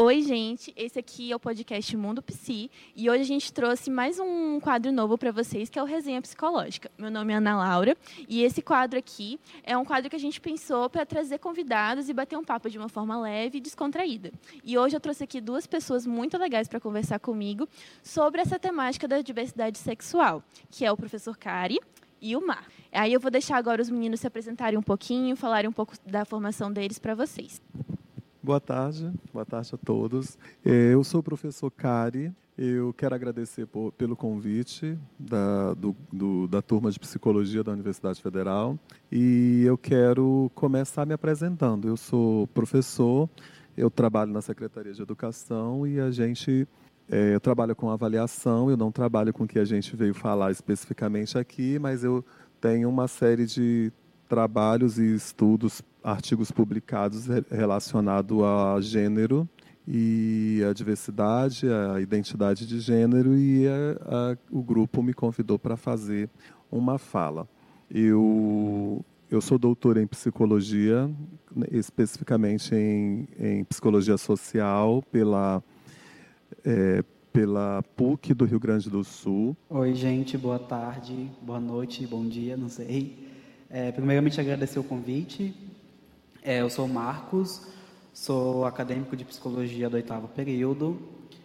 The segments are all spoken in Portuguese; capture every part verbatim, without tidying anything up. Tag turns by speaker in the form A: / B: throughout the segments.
A: Oi, gente, esse aqui é o podcast Mundo Psi e hoje a gente trouxe mais um quadro novo para vocês, que é o Resenha Psicológica. Meu nome é Ana Laura e esse quadro aqui é um quadro que a gente pensou para trazer convidados e bater um papo de uma forma leve e descontraída. E hoje eu trouxe aqui duas pessoas muito legais para conversar comigo sobre essa temática da diversidade sexual, que é o professor Kari e o Mar. Aí eu vou deixar agora os meninos se apresentarem um pouquinho, falarem um pouco da formação deles para vocês.
B: Boa tarde, boa tarde a todos. Eu sou o professor Kari, eu quero agradecer por, pelo convite da, do, do, da turma de Psicologia da Universidade Federal e eu quero começar me apresentando. Eu sou professor, eu trabalho na Secretaria de Educação e a gente é, eu trabalho com avaliação, eu não trabalho com o que a gente veio falar especificamente aqui, mas eu tenho uma série de trabalhos e estudos, artigos publicados relacionados a gênero e a diversidade, a identidade de gênero, e a, a, o grupo me convidou para fazer uma fala. Eu, eu sou doutor em psicologia, especificamente em, em psicologia social, pela, é, pela P U C do Rio Grande do Sul.
C: Oi, gente, boa tarde, boa noite, bom dia, não sei. É, primeiramente, agradecer o convite. É, eu sou o Marcos, sou acadêmico de psicologia do oitavo período.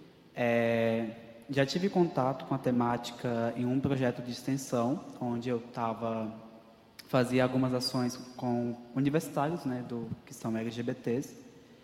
C: É, já tive contato com a temática em um projeto de extensão, onde eu tava, fazia algumas ações com universitários, né, do, que são L G B Ts.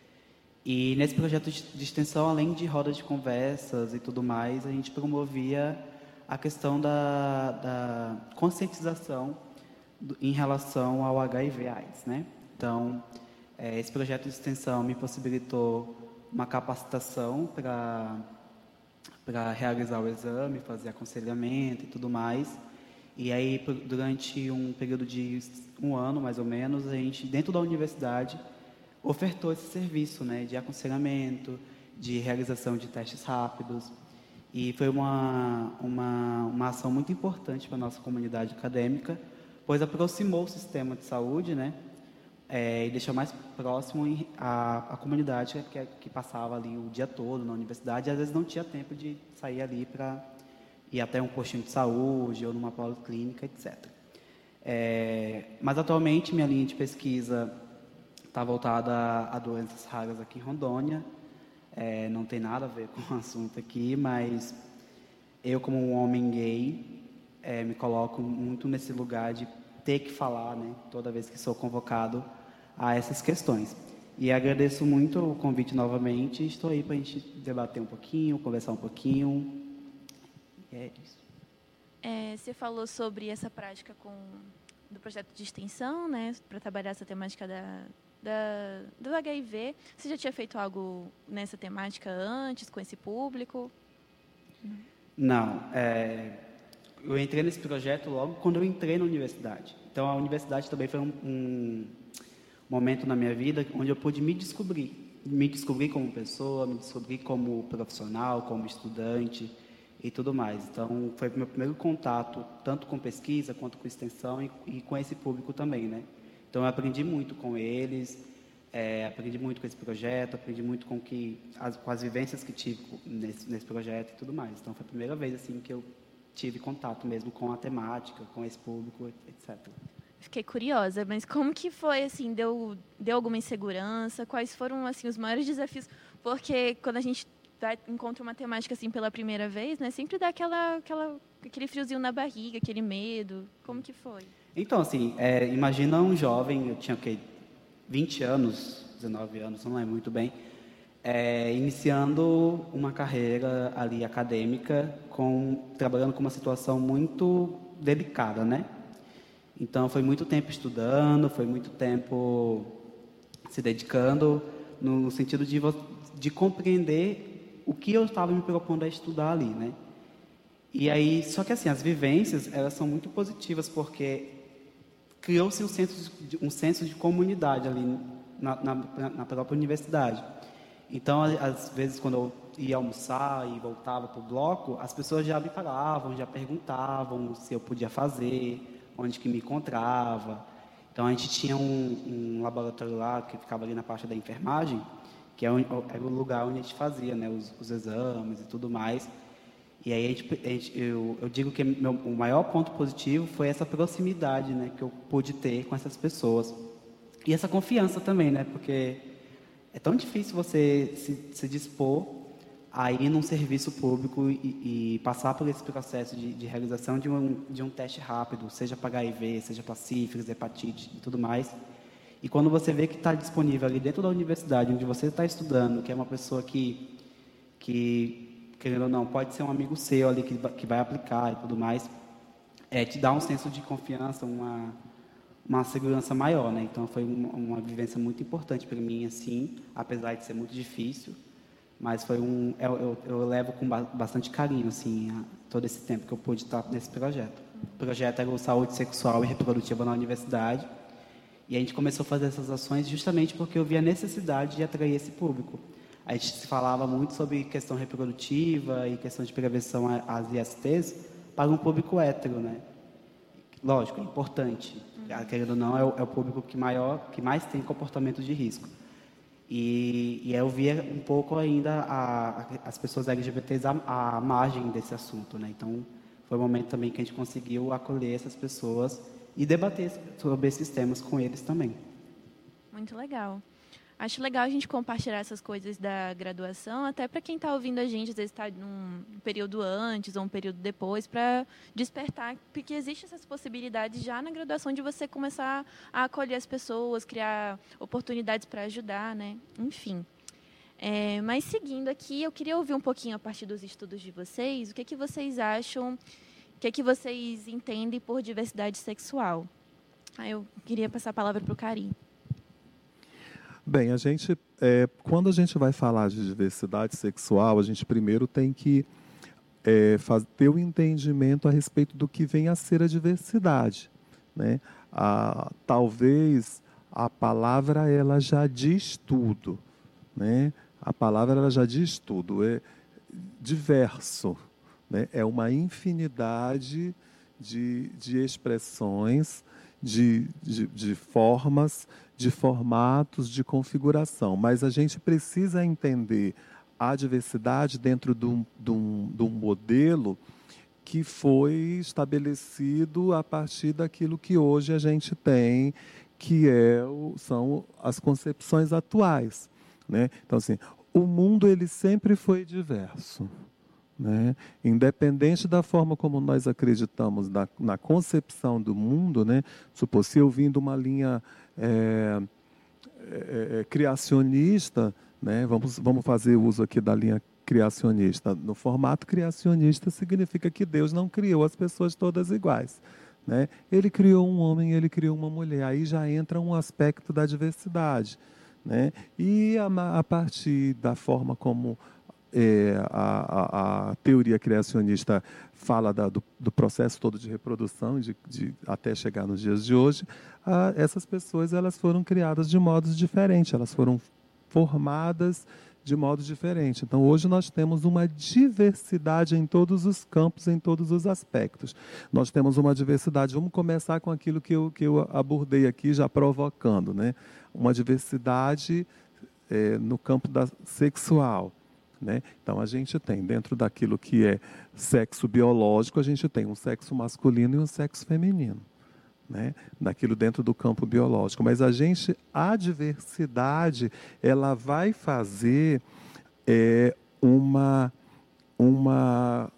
C: E nesse projeto de extensão, além de rodas de conversas e tudo mais, a gente promovia a questão da, da conscientização em relação ao H I V AIDS, né? Então, é, esse projeto de extensão me possibilitou uma capacitação para para realizar o exame, fazer aconselhamento e tudo mais. E aí, durante um período de um ano, mais ou menos, a gente, dentro da universidade, ofertou esse serviço, né, de aconselhamento, de realização de testes rápidos. E foi uma, uma, uma ação muito importante para a nossa comunidade acadêmica, pois aproximou o sistema de saúde, né, é, e deixou mais próximo a, a comunidade que, que passava ali o dia todo na universidade, e às vezes não tinha tempo de sair ali para ir até um postinho de saúde ou numa policlínica, etcétera. É, mas atualmente minha linha de pesquisa está voltada a, a doenças raras aqui em Rondônia. É, não tem nada a ver com o assunto aqui, mas eu, como um homem gay, é, me coloco muito nesse lugar de ter que falar, né, toda vez que sou convocado a essas questões. E agradeço muito o convite novamente. Estou aí para a gente debater um pouquinho, conversar um pouquinho. É isso.
A: É, você falou sobre essa prática com, do projeto de extensão, né, para trabalhar essa temática da, da, do H I V. Você já tinha feito algo nessa temática antes, com esse público?
C: Não. É, eu entrei nesse projeto logo quando eu entrei na universidade. Então, a universidade também foi um, um momento na minha vida onde eu pude me descobrir. Me descobrir como pessoa, me descobrir como profissional, como estudante e tudo mais. Então, foi o meu primeiro contato, tanto com pesquisa, quanto com extensão e, e com esse público também, né? Então, eu aprendi muito com eles, é, aprendi muito com esse projeto, aprendi muito com, que, as, com as vivências que tive nesse, nesse projeto e tudo mais. Então, foi a primeira vez assim, que eu tive contato mesmo com a temática, com esse público, etcétera.
A: Fiquei curiosa, mas como que foi, assim, deu, deu alguma insegurança? Quais foram, assim, os maiores desafios? Porque quando a gente vai, encontra uma temática, assim, pela primeira vez, né, sempre dá aquela, aquela, aquele friozinho na barriga, aquele medo. Como que foi?
C: Então, assim, é, imagina um jovem, eu tinha, o quê, vinte anos, dezenove anos, não lembro muito bem, é, iniciando uma carreira ali acadêmica, com, trabalhando com uma situação muito delicada, né? Então, foi muito tempo estudando, foi muito tempo se dedicando, no sentido de, de compreender o que eu estava me propondo a estudar ali, né? E aí, só que assim, as vivências, elas são muito positivas, porque criou-se um senso de, um senso de comunidade ali na, na, na própria universidade. Então, às vezes, quando eu ia almoçar e voltava para o bloco, as pessoas já me falavam, já perguntavam se eu podia fazer, onde que me encontrava. Então, a gente tinha um, um laboratório lá, que ficava ali na parte da enfermagem, que é, um, era o lugar onde a gente fazia, né, os, os exames e tudo mais. E aí a gente, a gente, eu, eu digo que meu, o maior ponto positivo foi essa proximidade, né, que eu pude ter com essas pessoas. E essa confiança também, né, porque é tão difícil você se, se dispor a ir num serviço público e, e passar por esse processo de, de realização de um, de um teste rápido, seja para H I V, seja para sífilis, hepatite e tudo mais. E quando você vê que está disponível ali dentro da universidade, onde você está estudando, que é uma pessoa que, que, querendo ou não, pode ser um amigo seu ali que, que vai aplicar e tudo mais, é, te dá um senso de confiança, uma, uma segurança maior, né? Então, foi uma, uma vivência muito importante para mim, assim, apesar de ser muito difícil, mas foi um, eu, eu, eu levo com bastante carinho, assim, a, todo esse tempo que eu pude estar nesse projeto. O projeto era o Saúde Sexual e Reprodutiva na Universidade. E a gente começou a fazer essas ações justamente porque eu via a necessidade de atrair esse público. A gente falava muito sobre questão reprodutiva e questão de prevenção às I S Ts para um público hétero, né? Lógico, é importante. Uhum. Querendo ou não, é o, é o público que, maior, que mais tem comportamento de risco. E, e eu via um pouco ainda a, a, as pessoas L G B Ts à, à margem desse assunto, né? Então, foi um momento também que a gente conseguiu acolher essas pessoas e debater sobre esses temas com eles também.
A: Muito legal. Acho legal a gente compartilhar essas coisas da graduação, até para quem está ouvindo a gente, às vezes está num período antes ou um período depois, para despertar, porque existem essas possibilidades já na graduação de você começar a acolher as pessoas, criar oportunidades para ajudar, né? Enfim. É, mas seguindo aqui, eu queria ouvir um pouquinho a partir dos estudos de vocês, o que, é que vocês acham, o que, é que vocês entendem por diversidade sexual. Aí eu queria passar a palavra para o Karim.
B: Bem, a gente, é, quando a gente vai falar de diversidade sexual, a gente primeiro tem que é, faz, ter o um entendimento a respeito do que vem a ser a diversidade, né? A, talvez a palavra ela já diz tudo, né? A palavra ela já diz tudo, é diverso, né? É uma infinidade de, de expressões, de, de, de formas, de formatos, de configuração. Mas a gente precisa entender a diversidade dentro de um, de um, de um modelo que foi estabelecido a partir daquilo que hoje a gente tem, que é o, são as concepções atuais, né? Então, assim, o mundo ele sempre foi diverso, né? Independente da forma como nós acreditamos na, na concepção do mundo, né? Supor, se eu vim de uma linha é, é, é, criacionista, né? vamos, vamos fazer uso aqui da linha criacionista. No formato criacionista significa que Deus não criou as pessoas todas iguais, né? Ele criou um homem, ele criou uma mulher. Aí já entra um aspecto da diversidade, né? E a, a partir da forma como É, a, a, a teoria criacionista fala da, do, do processo todo de reprodução, de, de, até chegar nos dias de hoje, a, essas pessoas elas foram criadas de modos diferentes, elas foram formadas de modo diferente. Então, hoje nós temos uma diversidade em todos os campos, em todos os aspectos. Nós temos uma diversidade, vamos começar com aquilo que eu, que eu abordei aqui, já provocando, né? Uma diversidade é, no campo da sexual. Né? Então, a gente tem, dentro daquilo que é sexo biológico, a gente tem um sexo masculino e um sexo feminino, né? Daquilo dentro do campo biológico. Mas a gente, a diversidade, ela vai fazer é, uma, uma,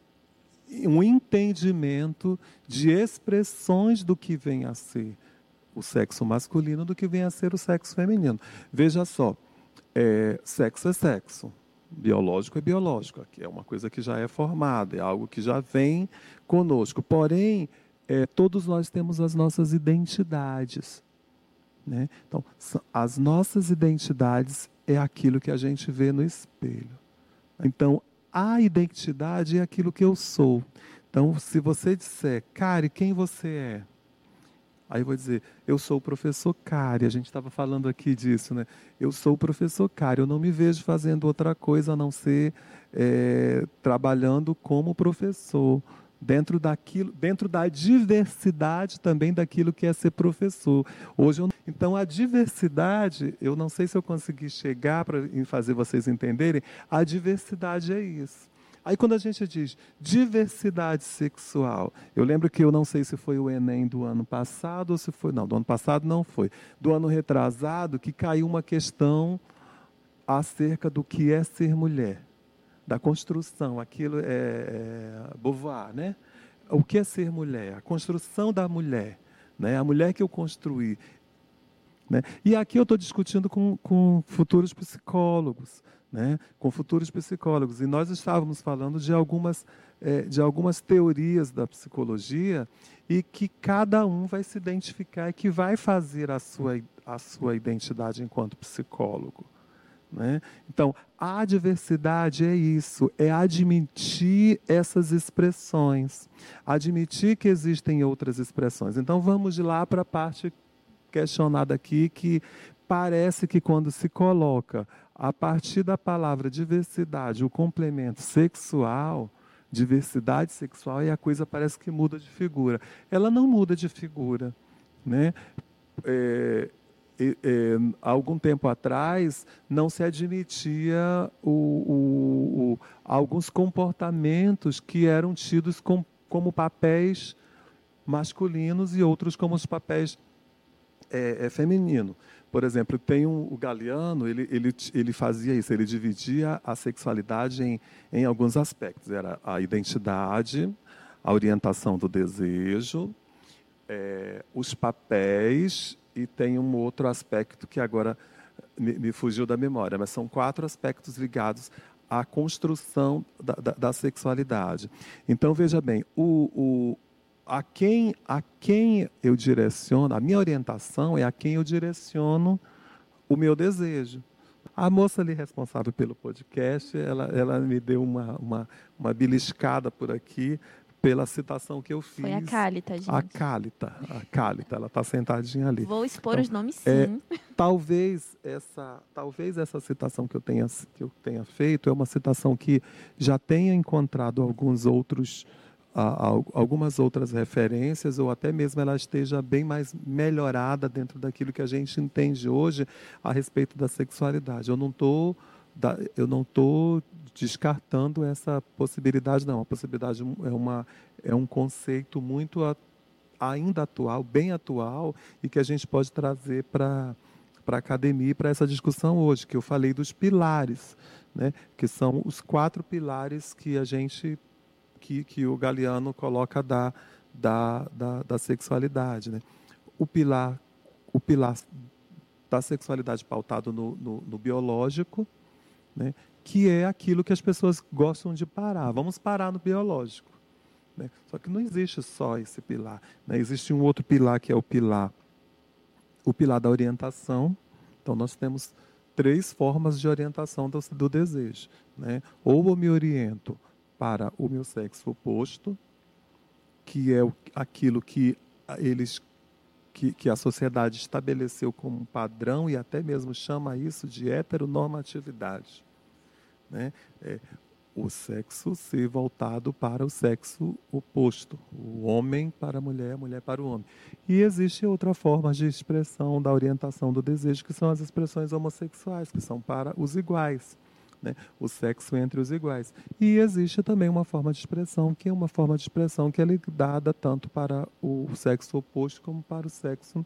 B: um entendimento de expressões do que vem a ser o sexo masculino, do que vem a ser o sexo feminino. Veja só, é, sexo é sexo. Biológico é biológico, é uma coisa que já é formada, é algo que já vem conosco. Porém, é, todos nós temos as nossas identidades, né? Então, as nossas identidades é aquilo que a gente vê no espelho. Então, a identidade é aquilo que eu sou. Então, se você disser, Kari, quem você é? Aí eu vou dizer, eu sou o professor Kari, a gente estava falando aqui disso, né? Eu sou o professor Kari, eu não me vejo fazendo outra coisa a não ser é, trabalhando como professor, dentro daquilo, dentro da diversidade também daquilo que é ser professor. Hoje, eu, então, a diversidade, eu não sei se eu consegui chegar para fazer vocês entenderem, a diversidade é isso. Aí, quando a gente diz diversidade sexual, eu lembro que eu não sei se foi o Enem do ano passado ou se foi... Não, do ano passado não foi. Do ano retrasado, que caiu uma questão acerca do que é ser mulher, da construção, aquilo é, é Beauvoir, né? O que é ser mulher? A construção da mulher, né? A mulher que eu construí. Né? E aqui eu estou discutindo com, com futuros psicólogos, né? Com futuros psicólogos. E nós estávamos falando de algumas, é, de algumas teorias da psicologia e que cada um vai se identificar e que vai fazer a sua, a sua identidade enquanto psicólogo. Né? Então, a diversidade é isso, é admitir essas expressões, admitir que existem outras expressões. Então, vamos de lá para a parte questionada aqui, que parece que quando se coloca a partir da palavra diversidade, o complemento sexual, diversidade sexual, e a coisa parece que muda de figura. Ela não muda de figura, né? É, é, é, há algum tempo atrás não se admitia o, o, o, alguns comportamentos que eram tidos com, como papéis masculinos e outros como os papéis é, é, femininos. Por exemplo, tem um, o Galeano, ele, ele, ele fazia isso, ele dividia a sexualidade em, em alguns aspectos. Era a identidade, a orientação do desejo, é, os papéis, e tem um outro aspecto que agora me, me fugiu da memória, mas são quatro aspectos ligados à construção da, da, da sexualidade. Então, veja bem, o... o A quem, a quem eu direciono, a minha orientação é a quem eu direciono o meu desejo. A moça ali responsável pelo podcast, ela, ela me deu uma, uma, uma beliscada por aqui pela citação que eu fiz.
A: Foi a Cálita, gente.
B: A Cálita, a Cálita, ela está sentadinha ali.
A: Vou expor
B: então,
A: os nomes, sim.
B: É, talvez, essa, talvez essa citação que eu, tenha, que eu tenha feito é uma citação que já tenha encontrado alguns outros... algumas outras referências, ou até mesmo ela esteja bem mais melhorada dentro daquilo que a gente entende hoje a respeito da sexualidade. Eu não estou eu não estou descartando essa possibilidade, não. A possibilidade é, uma, é um conceito muito a, ainda atual, bem atual, e que a gente pode trazer para para a academia e para essa discussão hoje, que eu falei dos pilares, né? Que são os quatro pilares que a gente Que, que o Galeano coloca da, da, da, da sexualidade. Né? O, pilar, o pilar da sexualidade pautado no, no, no biológico, né? Que é aquilo que as pessoas gostam de parar. Vamos parar no biológico. Né? Só que não existe só esse pilar. Né? Existe um outro pilar que é o pilar, o pilar da orientação. Então, nós temos três formas de orientação do, do desejo. Né? Ou eu me oriento para o meu sexo oposto, que é o, aquilo que eles que, que a sociedade estabeleceu como um padrão e até mesmo chama isso de heteronormatividade. Né? É, o sexo ser voltado para o sexo oposto, o homem para a mulher, a mulher para o homem. E existe outra forma de expressão da orientação do desejo, que são as expressões homossexuais, que são para os iguais. Né? O sexo entre os iguais. E existe também uma forma de expressão, que é uma forma de expressão que é dada tanto para o sexo oposto como para o sexo,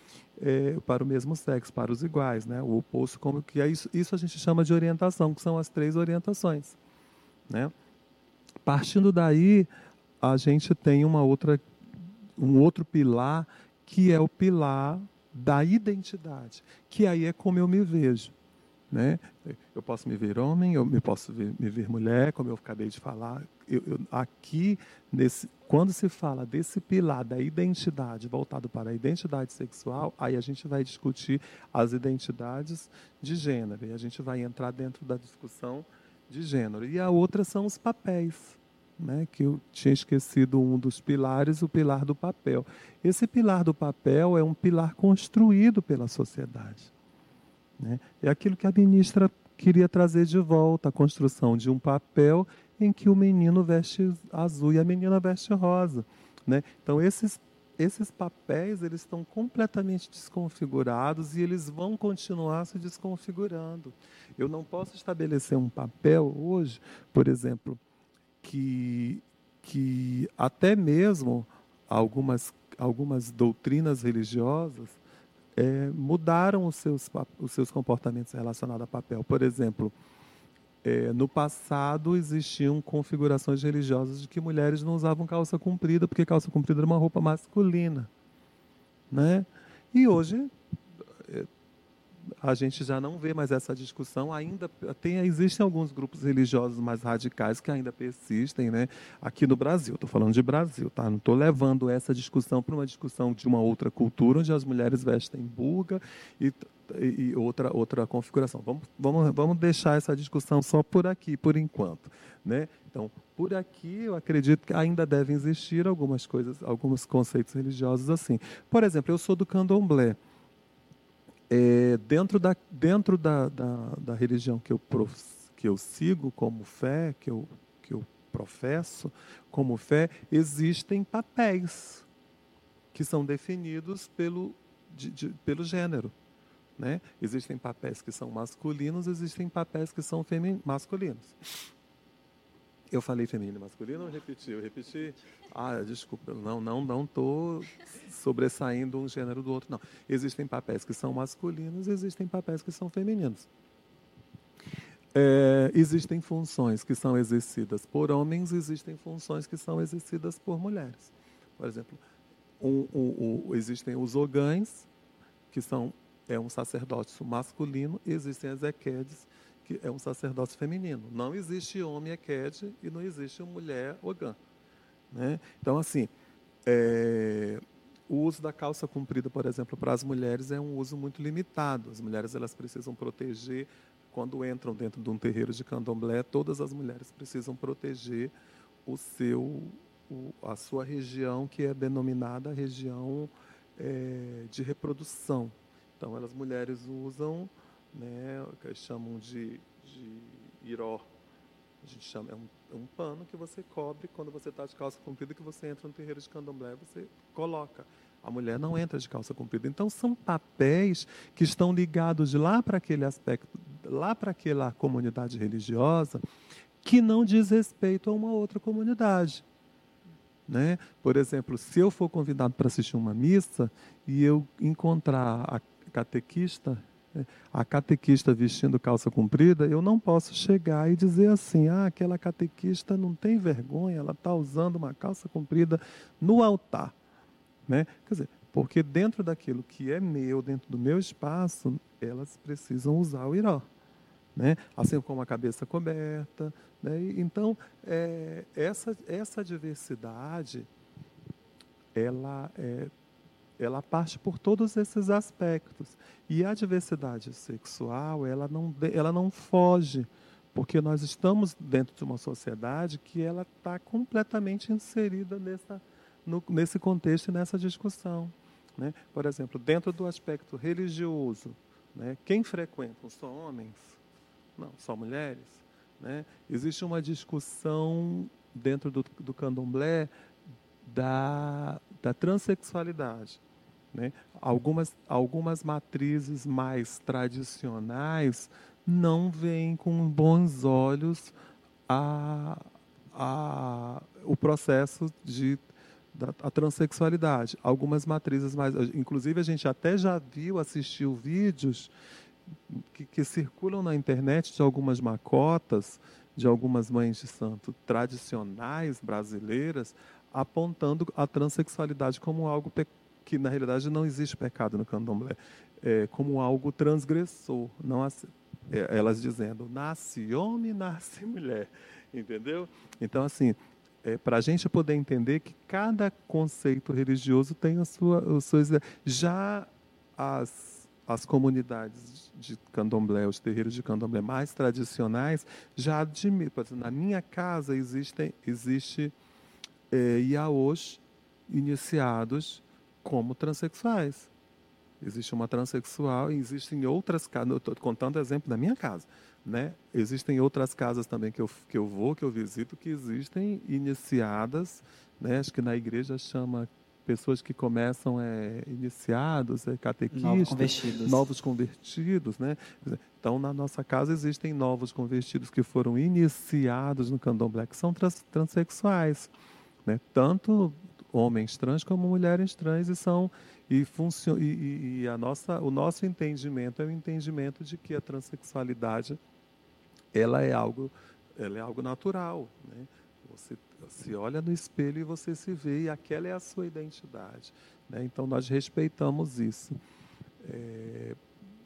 B: é, para o mesmo sexo, para os iguais. Né? O oposto, como que é isso, isso a gente chama de orientação, que são as três orientações. Né? Partindo daí, a gente tem uma outra, um outro pilar, que é o pilar da identidade, que aí é como eu me vejo. Né? Eu posso me ver homem, eu me posso ver, me ver mulher, como eu acabei de falar. Eu, eu, aqui, nesse, quando se fala desse pilar da identidade, voltado para a identidade sexual, aí a gente vai discutir as identidades de gênero, e a gente vai entrar dentro da discussão de gênero. E a outra são os papéis, né? Que eu tinha esquecido um dos pilares, o pilar do papel. Esse pilar do papel é um pilar construído pela sociedade. Né? É aquilo que a ministra queria trazer de volta, a construção de um papel em que o menino veste azul e a menina veste rosa, né? Então, esses, esses papéis eles estão completamente desconfigurados e eles vão continuar se desconfigurando. Eu não posso estabelecer um papel hoje, por exemplo, que, que até mesmo algumas, algumas doutrinas religiosas é, mudaram os seus, os seus comportamentos relacionados a papel. Por exemplo, é, no passado existiam configurações religiosas de que mulheres não usavam calça comprida, porque calça comprida era uma roupa masculina, né? E hoje é, a gente já não vê mais essa discussão. Ainda tem, existem alguns grupos religiosos mais radicais que ainda persistem, né? Aqui no Brasil, estou falando de Brasil, tá? Não estou levando essa discussão para uma discussão de uma outra cultura, onde as mulheres vestem burca e, e, e outra, outra configuração. Vamos, vamos, vamos deixar essa discussão só por aqui, por enquanto, né? Então, por aqui, eu acredito que ainda devem existir algumas coisas, alguns conceitos religiosos assim. Por exemplo, eu sou do candomblé. É, dentro da, dentro da, da, da religião que eu, prof, que eu sigo como fé, que eu, que eu professo como fé, existem papéis que são definidos pelo, de, de, pelo gênero, né? Existem papéis que são masculinos, existem papéis que são femin, masculinos. Eu falei feminino e masculino ou repeti? Eu repeti. Ah, desculpa, não, não, não estou sobressaindo um gênero do outro, não. Existem papéis que são masculinos, existem papéis que são femininos. É, existem funções que são exercidas por homens, existem funções que são exercidas por mulheres. Por exemplo, um, um, um, existem os ogães, que são é um sacerdócio masculino, e existem as equedes, que é um sacerdócio feminino. Não existe homem equede e não existe mulher ogã, né? Então, assim, é, o uso da calça comprida, por exemplo, para as mulheres é um uso muito limitado. As mulheres elas precisam proteger, quando entram dentro de um terreiro de candomblé, todas as mulheres precisam proteger o seu, o, a sua região, que é denominada região é, de reprodução. Então, as mulheres usam, né, que eles chamam de, de iró. A gente chama, é um, é um pano que você cobre quando você está de calça comprida, que você entra no terreiro de candomblé, você coloca. A mulher não entra de calça comprida. Então, são papéis que estão ligados lá para aquele aspecto, lá para aquela comunidade religiosa, que não diz respeito a uma outra comunidade, né? Por exemplo, se eu for convidado para assistir uma missa e eu encontrar a catequista, a catequista vestindo calça comprida, eu não posso chegar e dizer assim, ah, aquela catequista não tem vergonha, ela está usando uma calça comprida no altar, né? Quer dizer, porque dentro daquilo que é meu, dentro do meu espaço, elas precisam usar o iró, né? Assim como a cabeça coberta, né? Então, é, essa, essa diversidade, ela é ela parte por todos esses aspectos. E a diversidade sexual, ela não, ela não foge, porque nós estamos dentro de uma sociedade que ela está completamente inserida nessa, no, nesse contexto e nessa discussão, né? Por exemplo, dentro do aspecto religioso, né, quem frequenta só homens? Não, só mulheres, né? Existe uma discussão dentro do, do candomblé da, da transexualidade, né? Algumas, algumas matrizes mais tradicionais não veem com bons olhos a, a, o processo de da a transexualidade. Algumas matrizes mais... Inclusive, a gente até já viu, assistiu vídeos que, que circulam na internet de algumas macotas, de algumas mães de santo tradicionais brasileiras, apontando a transexualidade como algo pe que, na realidade, não existe pecado no candomblé, é, como algo transgressor. Não, é, elas dizendo, nasce homem, nasce mulher. Entendeu? Então, assim, é, para a gente poder entender que cada conceito religioso tem a sua, os seus... Já as, as comunidades de candomblé, os terreiros de candomblé mais tradicionais, já admitem. Por exemplo, na minha casa existem, existe é, iaôs iniciados como transexuais, Existe uma transexual e existem outras casas. Eu estou contando o exemplo da minha casa, né? Existem outras casas também que eu, que eu vou, que eu visito, que existem iniciadas, né? Acho que na igreja chama pessoas que começam é, iniciados, é, catequistas,
C: novos convertidos.
B: novos convertidos, né? Então, na nossa casa existem novos convertidos que foram iniciados no candomblé, que são trans, transexuais, né? Tanto homens trans como mulheres trans, e são e, funcion, e, e a nossa, o nosso entendimento é o entendimento de que a transexualidade ela é algo, ela é algo natural, né? Você se olha no espelho e você se vê, e aquela é a sua identidade, né? Então nós respeitamos isso. É,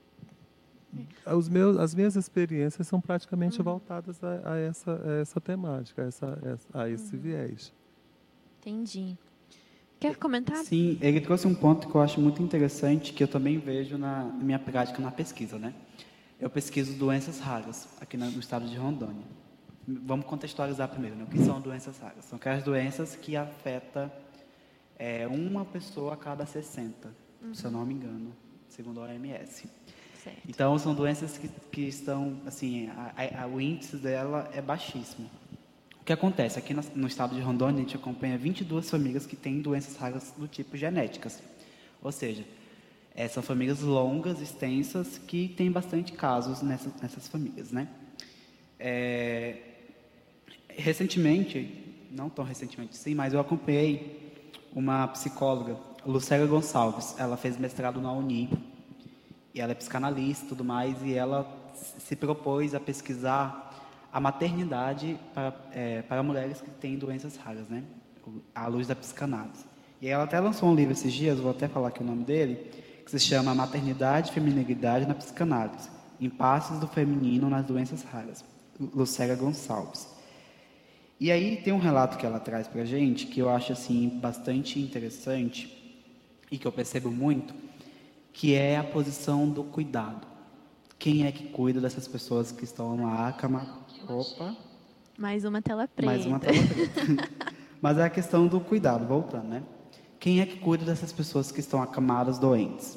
B: os meus, as minhas experiências são praticamente uhum. voltadas a, a, essa, a essa temática, a, essa, a esse uhum. viés.
A: Entendi. Quer comentar?
C: Sim, ele trouxe um ponto que eu acho muito interessante, que eu também vejo na minha prática na pesquisa, né? Eu pesquiso doenças raras aqui no estado de Rondônia. Vamos contextualizar primeiro, né? O que são doenças raras? São aquelas doenças que afetam é, uma pessoa a cada sessenta, uhum. se eu não me engano, segundo a O M S.
A: Certo.
C: Então, são doenças que, que estão, assim, a, a, o índice dela é baixíssimo. O que acontece? Aqui no, no estado de Rondônia, a gente acompanha vinte e duas famílias que têm doenças raras do tipo genéticas. Ou seja, é, são famílias longas, extensas, que têm bastante casos nessas, nessas famílias, né? É, recentemente, não tão recentemente sim, mas eu acompanhei uma psicóloga, Lucélia Gonçalves. Ela fez mestrado na Uni, e ela é psicanalista e tudo mais, e ela se propôs a pesquisar a maternidade para, é, para mulheres que têm doenças raras, né? À luz da psicanálise. E ela até lançou um livro esses dias, vou até falar aqui o nome dele, que se chama Maternidade e Feminilidade na Psicanálise, Impasses do Feminino nas Doenças Raras, Lucélia Gonçalves. E aí tem um relato que ela traz para a gente, que eu acho assim, bastante interessante, e que eu percebo muito, que é a posição do cuidado. Quem é que cuida dessas pessoas que estão lá, cama... Opa!
A: Mais uma tela preta.
C: Mais uma tela preta. Mas é a questão do cuidado, voltando, né? Quem é que cuida dessas pessoas que estão acamadas, doentes?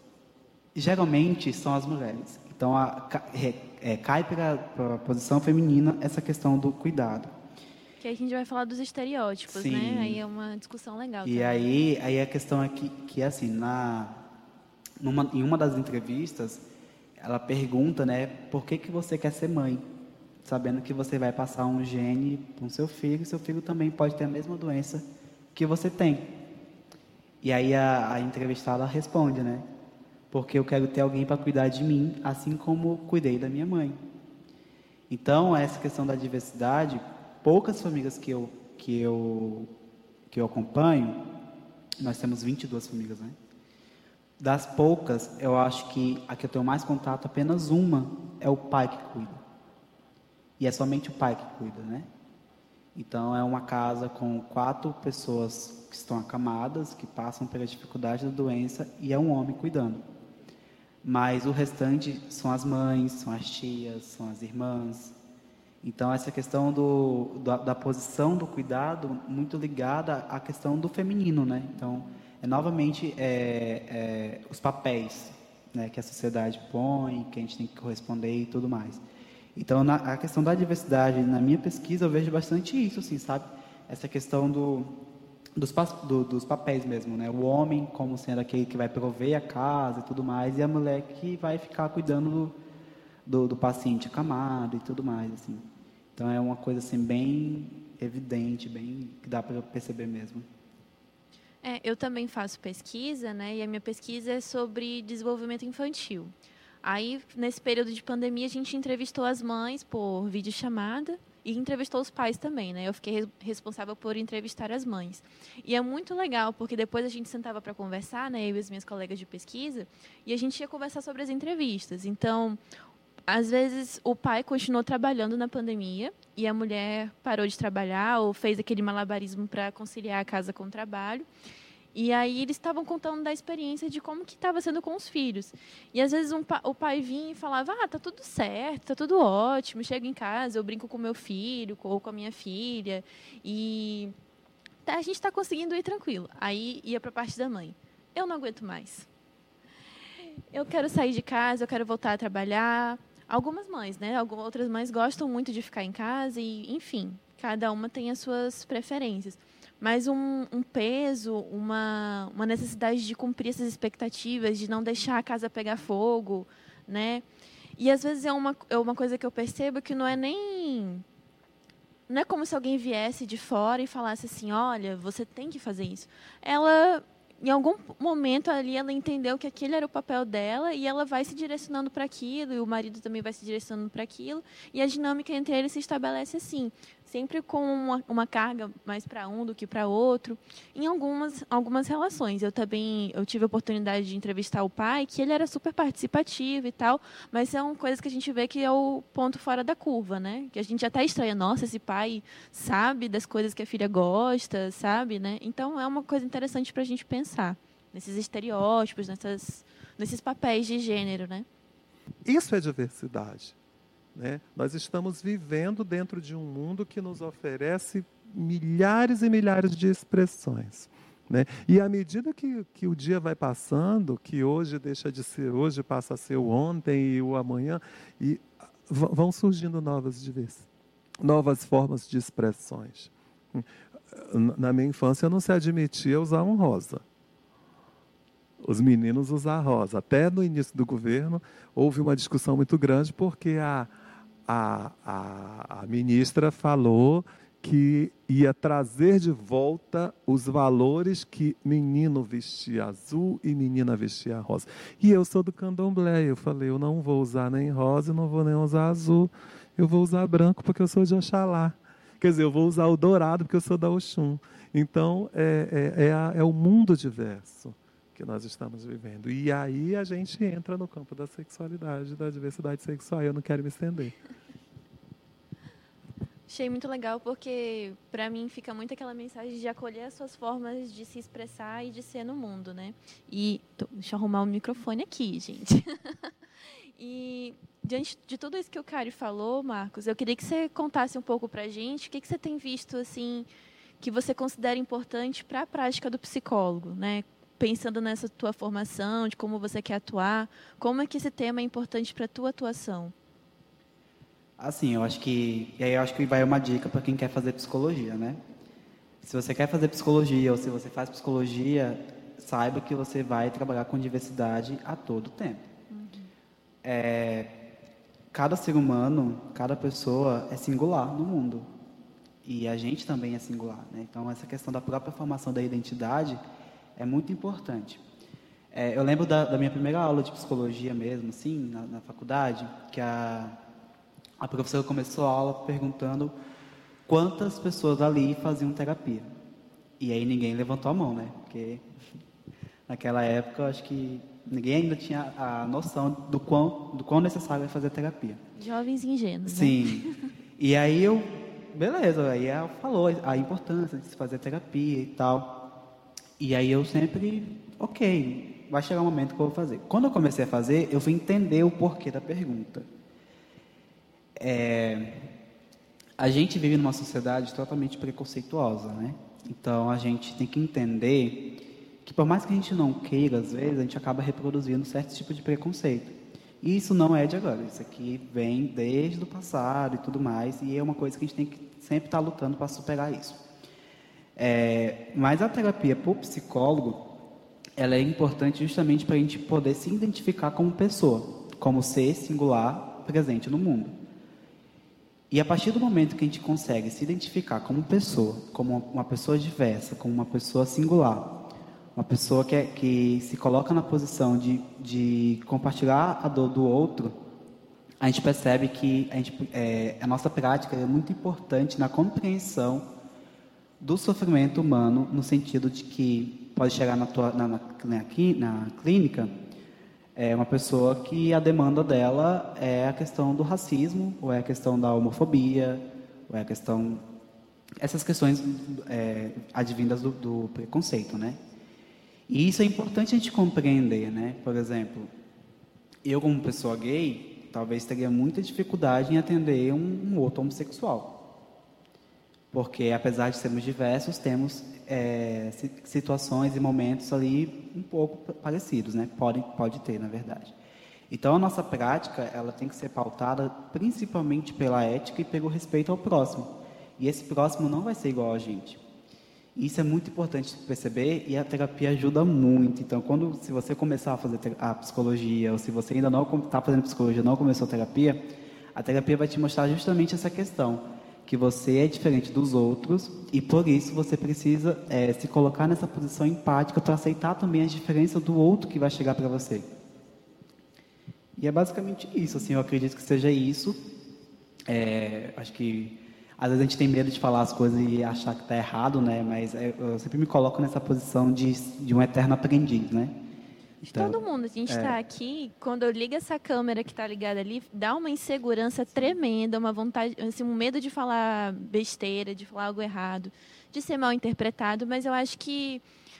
C: Geralmente são as mulheres. Então, a, é, cai para a posição feminina essa questão do cuidado.
A: Que a gente vai falar dos estereótipos,
C: Sim.
A: né? Aí é uma discussão legal.
C: E
A: também.
C: aí, aí a questão é que, que assim, na, numa, em uma das entrevistas, ela pergunta, né, por que, que você quer ser mãe? Sabendo que você vai passar um gene para o seu filho, e seu filho também pode ter a mesma doença que você tem. E aí a, a entrevistada responde, né, porque eu quero ter alguém para cuidar de mim, assim como cuidei da minha mãe. Então, essa questão da diversidade, poucas famílias que eu, que eu, que eu acompanho, nós temos vinte e duas famílias, né? Das poucas, eu acho que a que eu tenho mais contato, apenas uma, é o pai que cuida. E é somente o pai que cuida, né? Então, é uma casa com quatro pessoas que estão acamadas, que passam pela dificuldade da doença, e é um homem cuidando. Mas o restante são as mães, são as tias, são as irmãs. Então, essa questão do, da, da posição do cuidado, muito ligada à questão do feminino, né? Então, é novamente é, é, os papéis, né, que a sociedade põe, que a gente tem que corresponder e tudo mais. Então, na, a questão da diversidade, na minha pesquisa, eu vejo bastante isso, assim, sabe? Essa questão do, dos, do, dos papéis mesmo, né? O homem como sendo aquele que vai prover a casa e tudo mais, e a mulher que vai ficar cuidando do, do, do paciente acamado e tudo mais, assim. Então, é uma coisa, assim, bem evidente, bem que dá para perceber mesmo.
A: É, eu também faço pesquisa, né? E a minha pesquisa é sobre desenvolvimento infantil. Aí, nesse período de pandemia, a gente entrevistou as mães por videochamada e entrevistou os pais também, né? Eu fiquei responsável por entrevistar as mães. E é muito legal, porque depois a gente sentava para conversar, né? Eu e as minhas colegas de pesquisa, e a gente ia conversar sobre as entrevistas. Então, às vezes, o pai continuou trabalhando na pandemia e a mulher parou de trabalhar ou fez aquele malabarismo para conciliar a casa com o trabalho. E aí eles estavam contando da experiência de como que estava sendo com os filhos. E às vezes um pa- o pai vinha e falava, ah, tá tudo certo, tá tudo ótimo, chego em casa, eu brinco com meu filho ou com a minha filha e tá, a gente está conseguindo ir tranquilo. Aí ia para a parte da mãe. Eu não aguento mais. Eu quero sair de casa, eu quero voltar a trabalhar. Algumas mães, né? Algumas outras mães gostam muito de ficar em casa e, enfim, cada uma tem as suas preferências. Mas um, um peso, uma, uma necessidade de cumprir essas expectativas, de não deixar a casa pegar fogo, né? E às vezes é uma, é uma coisa que eu percebo que não é nem... Não é como se alguém viesse de fora e falasse assim, olha, você tem que fazer isso. Ela, em algum momento ali, ela entendeu que aquele era o papel dela e ela vai se direcionando para aquilo, e o marido também vai se direcionando para aquilo, e a dinâmica entre eles se estabelece assim, sempre com uma, uma carga mais para um do que para outro, em algumas, algumas relações. Eu também eu tive a oportunidade de entrevistar o pai, que ele era super participativo e tal, mas são coisas que a gente vê que é o ponto fora da curva, né? Que a gente até estranha, nossa, esse pai sabe das coisas que a filha gosta, sabe, né? Então é uma coisa interessante para a gente pensar nesses estereótipos, nessas, nesses papéis de gênero, né?
B: Isso é diversidade. Né? Nós estamos vivendo dentro de um mundo que nos oferece milhares e milhares de expressões. Né? E à medida que, que o dia vai passando, que hoje deixa de ser hoje, passa a ser o ontem e o amanhã, e vão surgindo novas diversidades, novas formas de expressões. Na minha infância não se admitia usar um rosa. Os meninos usar rosa. Até no início do governo houve uma discussão muito grande porque a A, a, a ministra falou que ia trazer de volta os valores que menino vestia azul e menina vestia rosa. E eu sou do candomblé, eu falei, eu não vou usar nem rosa, não vou nem usar azul, eu vou usar branco porque eu sou de Oxalá. Quer dizer, eu vou usar o dourado porque eu sou da Oxum. Então, é, é, é, a, é o mundo diverso que nós estamos vivendo. E aí a gente entra no campo da sexualidade, da diversidade sexual. Eu não quero me estender.
A: Achei muito legal porque, para mim, fica muito aquela mensagem de acolher as suas formas de se expressar e de ser no mundo, né? E tô, deixa eu arrumar o microfone aqui, gente. E diante de tudo isso que o Cário falou, Marcos, eu queria que você contasse um pouco para a gente o que, que você tem visto assim que você considera importante para a prática do psicólogo, né? Pensando nessa tua formação, de como você quer atuar, como é que esse tema é importante para a tua atuação?
C: Assim, eu acho que... E aí eu acho que vai uma dica para quem quer fazer psicologia, né? Se você quer fazer psicologia ou se você faz psicologia, saiba que você vai trabalhar com diversidade a todo tempo. Uhum. É, cada ser humano, cada pessoa é singular no mundo. E a gente também é singular, né? Então, essa questão da própria formação da identidade é muito importante. É, eu lembro da, da minha primeira aula de psicologia mesmo, assim, na, na faculdade, que a, a professora começou a aula perguntando quantas pessoas ali faziam terapia. E aí ninguém levantou a mão, né? Porque naquela época, eu acho que ninguém ainda tinha a noção do quão, do quão necessário é fazer terapia.
A: Jovens ingênuos,
C: Sim. Né? E aí eu... Beleza, aí ela falou a importância de se fazer terapia e tal. E aí eu sempre, ok, vai chegar um momento que eu vou fazer. Quando eu comecei a fazer, eu fui entender o porquê da pergunta. É, a gente vive numa sociedade totalmente preconceituosa, né? Então a gente tem que entender que por mais que a gente não queira, às vezes, a gente acaba reproduzindo certo tipo de preconceito. E isso não é de agora, isso aqui vem desde o passado e tudo mais, e é uma coisa que a gente tem que sempre estar lutando para superar isso. É, mas a terapia para o psicólogo, ela é importante justamente para a gente poder se identificar como pessoa, como ser singular presente no mundo. E a partir do momento que a gente consegue se identificar como pessoa, como uma pessoa diversa, como uma pessoa singular, uma pessoa que, é, que se coloca na posição de, de compartilhar a dor do outro, a gente percebe que a, gente, é, a nossa prática é muito importante na compreensão do sofrimento humano, no sentido de que pode chegar na, tua, na, na, na, na clínica é uma pessoa que a demanda dela é a questão do racismo, ou é a questão da homofobia, ou é a questão... essas questões é, advindas do, do preconceito, né? E isso é importante a gente compreender, né? Por exemplo, eu como pessoa gay, talvez teria muita dificuldade em atender um, um outro homossexual. porque, apesar de sermos diversos, temos é, situações e momentos ali um pouco parecidos, né? Pode, pode ter, na verdade. Então, a nossa prática, ela tem que ser pautada principalmente pela ética e pelo respeito ao próximo. E esse próximo não vai ser igual a gente. Isso é muito importante perceber e a terapia ajuda muito. Então, quando, se você começar a fazer a psicologia, ou se você ainda não está fazendo psicologia, não começou a terapia, a terapia vai te mostrar justamente essa questão, que você é diferente dos outros e, por isso, você precisa é, se colocar nessa posição empática para aceitar também as diferenças do outro que vai chegar para você. E é basicamente isso, assim, eu acredito que seja isso. É, acho que às vezes a gente tem medo de falar as coisas e achar que está errado, né? Mas eu sempre me coloco nessa posição de, de um eterno aprendiz, né?
A: Então, todo mundo, a gente está é... aqui, quando eu ligo essa câmera que está ligada ali, dá uma insegurança tremenda, uma vontade, assim, um medo de falar besteira, de falar algo errado, de ser mal interpretado, mas eu acho que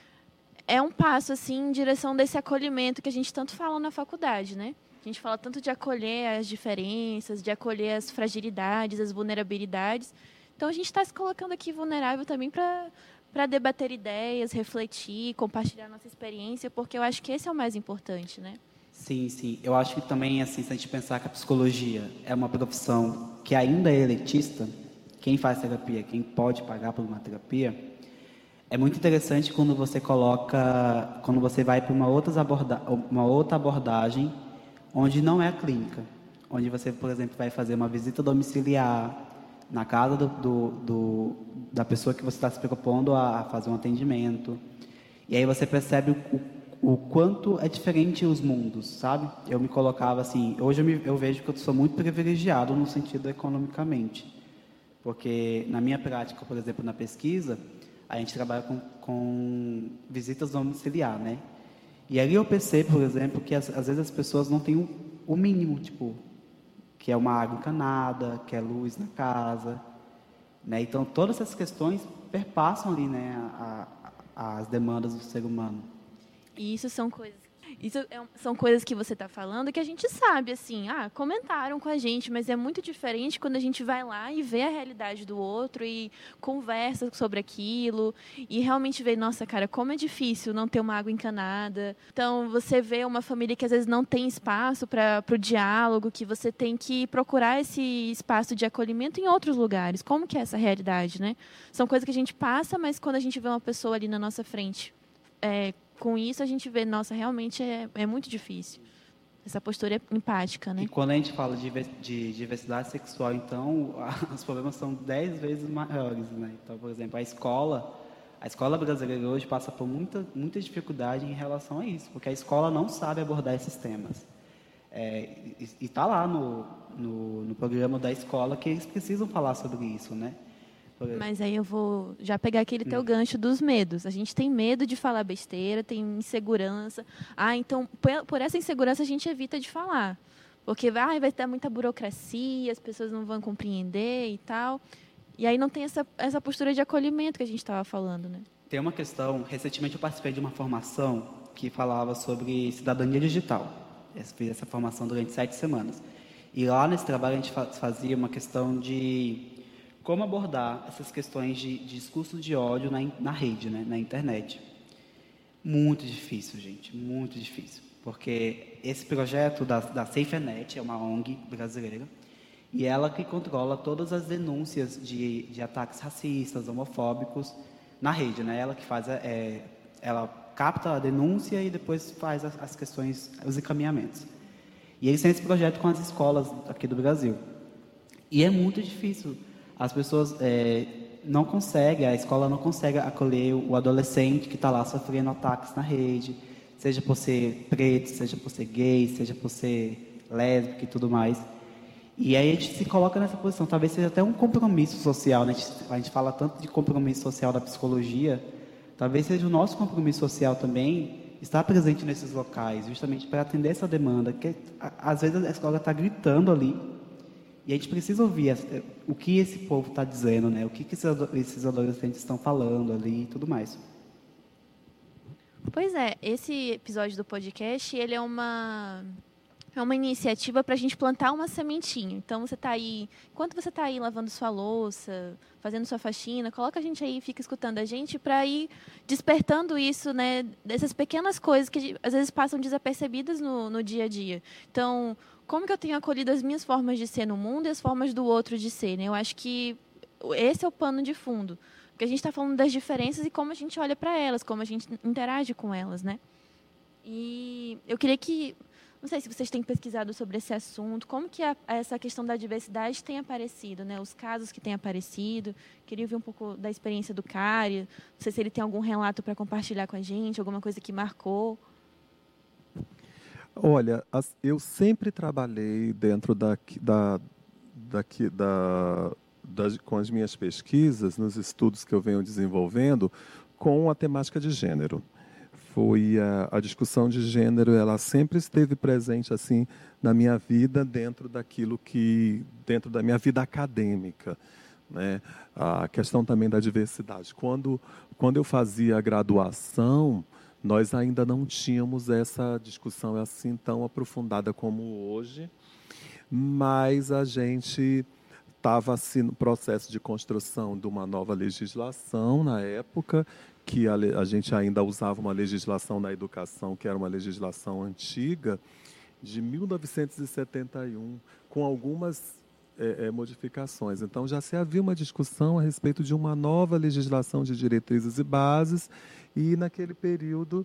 A: é um passo assim em direção desse acolhimento que a gente tanto fala na faculdade, né? A gente fala tanto de acolher as diferenças, de acolher as fragilidades, as vulnerabilidades. Então, a gente está se colocando aqui vulnerável também para para debater ideias, refletir, compartilhar nossa experiência, porque eu acho que esse é o mais importante, né?
C: Sim, sim. Eu acho que também, assim, se a gente pensar que a psicologia é uma profissão que ainda é elitista, quem faz terapia, quem pode pagar por uma terapia, é muito interessante quando você coloca, quando você vai para uma outra aborda, uma outra abordagem onde não é a clínica, onde você, por exemplo, vai fazer uma visita domiciliar na casa do, do, do, da pessoa que você está se propondo a fazer um atendimento. E aí você percebe o, o quanto é diferente os mundos, sabe? Eu me colocava assim, hoje eu, me, eu vejo que eu sou muito privilegiado no sentido economicamente, porque na minha prática, por exemplo, na pesquisa, a gente trabalha com, com visitas domiciliar, né? E ali eu percebo, por exemplo, que às, às vezes as pessoas não têm o, o mínimo, tipo, que é uma água encanada, que é luz na casa, né? Então, todas essas questões perpassam ali, né, a, a, as demandas do ser humano.
A: E isso são coisas... Isso é, são coisas que você está falando que a gente sabe, assim, ah, comentaram com a gente, mas é muito diferente quando a gente vai lá e vê a realidade do outro e conversa sobre aquilo e realmente vê, nossa, cara, como é difícil não ter uma água encanada. Então, você vê uma família que às vezes não tem espaço para o diálogo, que você tem que procurar esse espaço de acolhimento em outros lugares. Como que é essa realidade, né? São coisas que a gente passa, mas quando a gente vê uma pessoa ali na nossa frente, é, com isso a gente vê, nossa, realmente é, é muito difícil. Essa postura é empática, né?
C: E quando a gente fala de, de diversidade sexual, então, os problemas são dez vezes maiores, né? Então, por exemplo, a escola, a escola brasileira hoje passa por muita, muita dificuldade em relação a isso, porque a escola não sabe abordar esses temas. É, e está lá no, no, no programa da escola que eles precisam falar sobre isso, né?
A: Mas aí eu vou já pegar aquele teu gancho dos medos. A gente tem medo de falar besteira, tem insegurança. Ah, então, por essa insegurança, a gente evita de falar. Porque ah, vai ter muita burocracia, as pessoas não vão compreender e tal. E aí não tem essa, essa postura de acolhimento que a gente estava falando, né?
C: Tem uma questão... Recentemente eu participei de uma formação que falava sobre cidadania digital. Eu fiz essa formação durante sete semanas. E lá nesse trabalho a gente fazia uma questão de... como abordar essas questões de, de discurso de ódio na, na rede, né, na internet. Muito difícil, gente, muito difícil. Porque esse projeto da, da SafeNet é uma O N G brasileira, e ela que controla todas as denúncias de, de ataques racistas, homofóbicos na rede, né? Ela que faz, é, ela capta a denúncia e depois faz as, as questões, os encaminhamentos. E eles têm esse projeto com as escolas aqui do Brasil. E é muito difícil. As pessoas é, não conseguem, a escola não consegue acolher o adolescente que está lá sofrendo ataques na rede, seja por ser preto, seja por ser gay, seja por ser lésbico e tudo mais. E aí a gente se coloca nessa posição, talvez seja até um compromisso social, né? A gente, a gente fala tanto de compromisso social da psicologia, talvez seja o nosso compromisso social também estar presente nesses locais, justamente para atender essa demanda, que às vezes a escola está gritando ali, e a gente precisa ouvir o que esse povo está dizendo, né? O que, que esses adolescentes estão falando ali e tudo mais.
A: Pois é, esse episódio do podcast, ele é uma... é uma iniciativa para a gente plantar uma sementinha. Então, você está aí, enquanto você está aí lavando sua louça, fazendo sua faxina, coloca a gente aí, fica escutando a gente para ir despertando isso, né, dessas pequenas coisas que às vezes passam desapercebidas no, no dia a dia. Então, como que eu tenho acolhido as minhas formas de ser no mundo e as formas do outro de ser, né? Eu acho que esse é o pano de fundo. Porque a gente está falando das diferenças e como a gente olha para elas, como a gente interage com elas, né? E eu queria que, não sei se vocês têm pesquisado sobre esse assunto, como que a, essa questão da diversidade tem aparecido, né? Os casos que têm aparecido. Queria ouvir um pouco da experiência do Cari. Não sei se ele tem algum relato para compartilhar com a gente, alguma coisa que marcou.
B: Olha, as, eu sempre trabalhei dentro da, da, daqui, da, da, com as minhas pesquisas, nos estudos que eu venho desenvolvendo, com a temática de gênero. Foi a, a discussão de gênero, ela sempre esteve presente assim na minha vida, dentro daquilo que, dentro da minha vida acadêmica, né? A questão também da diversidade. Quando, quando eu fazia a graduação, nós ainda não tínhamos essa discussão assim tão aprofundada como hoje, mas a gente estava assim, no processo de construção de uma nova legislação na época, que a, a gente ainda usava uma legislação na educação, que era uma legislação antiga, de mil novecentos e setenta e um, com algumas é, é, modificações. Então, já se havia uma discussão a respeito de uma nova legislação de diretrizes e bases, e naquele período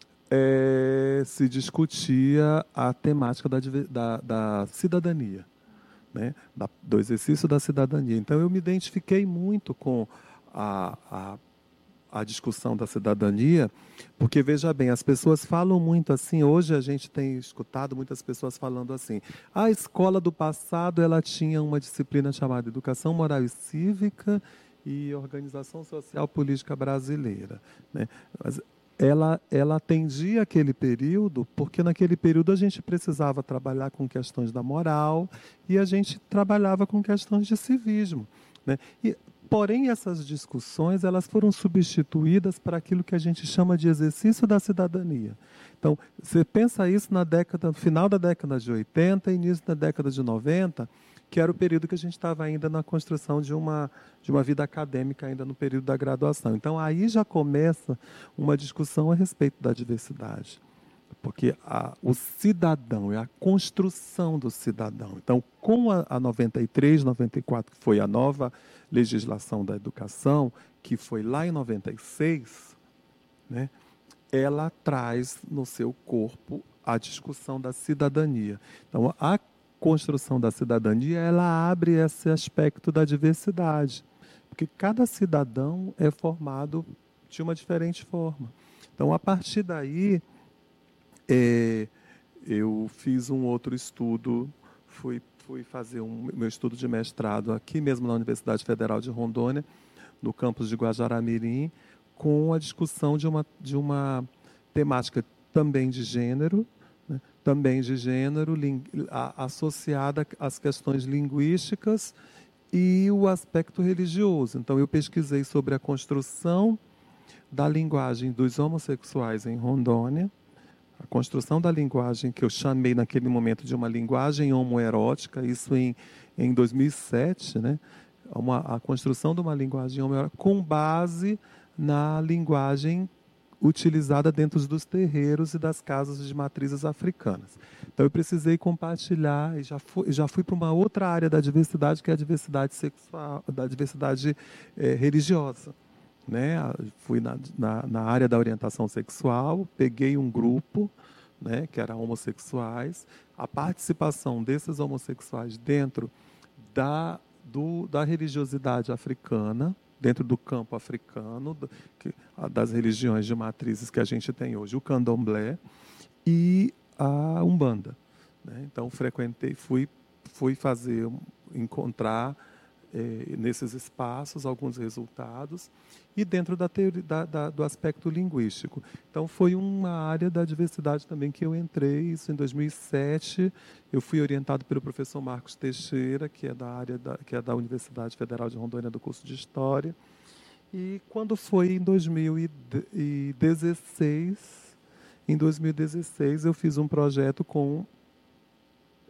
B: é, se discutia a temática da, da, da cidadania, né? da, do exercício da cidadania. Então, eu me identifiquei muito com a, a a discussão da cidadania, porque, veja bem, as pessoas falam muito assim, hoje a gente tem escutado muitas pessoas falando assim, a escola do passado ela tinha uma disciplina chamada Educação Moral e Cívica e Organização Social Política Brasileira, né? Mas ela, ela atendia aquele período, porque naquele período a gente precisava trabalhar com questões da moral e a gente trabalhava com questões de civismo, né? E porém, essas discussões elas foram substituídas para aquilo que a gente chama de exercício da cidadania. Então, você pensa isso na década, no final da década de oitenta e início da década de noventa, que era o período que a gente estava ainda na construção de uma, de uma vida acadêmica, ainda no período da graduação. Então, aí já começa uma discussão a respeito da diversidade. Porque a, o cidadão é a construção do cidadão. Então, com a, a noventa e três, noventa e quatro, que foi a nova legislação da educação, que foi lá em noventa e seis, né, ela traz no seu corpo a discussão da cidadania. Então, a construção da cidadania, ela abre esse aspecto da diversidade, porque cada cidadão é formado de uma diferente forma. Então, a partir daí, É, eu fiz um outro estudo, fui, fui fazer um, meu estudo de mestrado aqui mesmo na Universidade Federal de Rondônia, no campus de Guajará-Mirim, com a discussão de uma, de uma temática também de gênero, né, também de gênero, ling, a, associada às questões linguísticas e o aspecto religioso. Então, eu pesquisei sobre a construção da linguagem dos homossexuais em Rondônia, a construção da linguagem, que eu chamei naquele momento de uma linguagem homoerótica, isso em, em dois mil e sete, né? Uma, a construção de uma linguagem homoerótica com base na linguagem utilizada dentro dos terreiros e das casas de matrizes africanas. Então, eu precisei compartilhar, e já fui, já fui para uma outra área da diversidade, que é a diversidade sexual, da diversidade eh, religiosa. Né? Fui na, na, na área da orientação sexual, peguei um grupo, né, que era homossexuais, a participação desses homossexuais dentro da, do, da religiosidade africana, dentro do campo africano, do, que, das religiões de matrizes que a gente tem hoje, o candomblé e a umbanda. Né? Então, frequentei, fui, fui fazer, encontrar eh, nesses espaços alguns resultados, e dentro da teoria, da, da, do aspecto linguístico. Então, foi uma área da diversidade também que eu entrei, isso em dois mil e sete. Eu fui orientado pelo professor Marcos Teixeira, que é da área da, que é da Universidade Federal de Rondônia, do curso de História. E quando foi em dois mil e dezesseis, em dois mil e dezesseis eu fiz um projeto com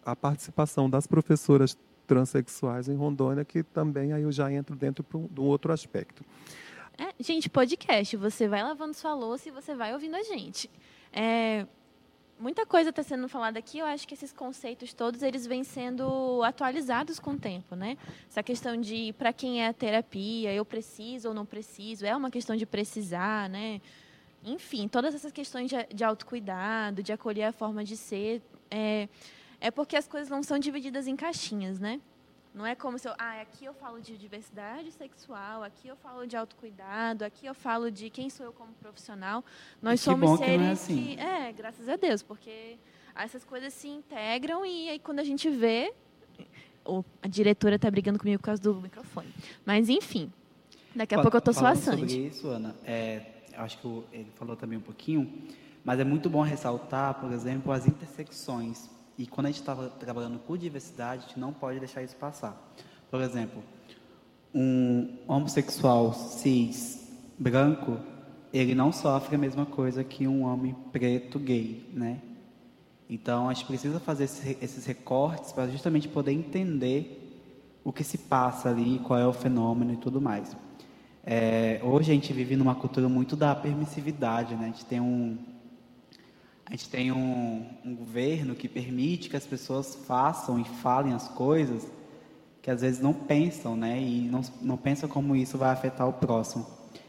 B: a participação das professoras transexuais em Rondônia, que também aí eu já entro dentro de um outro aspecto.
A: É, gente, podcast, você vai lavando sua louça e você vai ouvindo a gente. É, muita coisa está sendo falada aqui, eu acho que esses conceitos todos, eles vêm sendo atualizados com o tempo, né? Essa questão de, para quem é a terapia, eu preciso ou não preciso, é uma questão de precisar, né? Enfim, todas essas questões de, de autocuidado, de acolher a forma de ser, é, é porque as coisas não são divididas em caixinhas, né? Não é como se eu, ah, aqui eu falo de diversidade sexual, aqui eu falo de autocuidado, aqui eu falo de quem sou eu como profissional. Nós
C: que
A: somos
C: bom
A: seres
C: que não é assim.
A: que, é, graças a Deus, porque essas coisas se integram e aí quando a gente vê, oh, a diretora está brigando comigo por causa do microfone. Mas enfim, daqui a pouco eu estou só assando.
C: Sobre isso, Ana, é, acho que o, ele falou também um pouquinho, mas é muito bom ressaltar, por exemplo, as intersecções. E quando a gente estava trabalhando com diversidade, a gente não pode deixar isso passar. Por exemplo, um homossexual cis branco, ele não sofre a mesma coisa que um homem preto gay, né? Então, a gente precisa fazer esses recortes para justamente poder entender o que se passa ali, qual é o fenômeno e tudo mais. É, hoje a gente vive numa cultura muito da permissividade, né? A gente tem um A gente tem um, um governo que permite que as pessoas façam e falem as coisas que às vezes não pensam, né? E não, não pensam como isso vai afetar o próximo.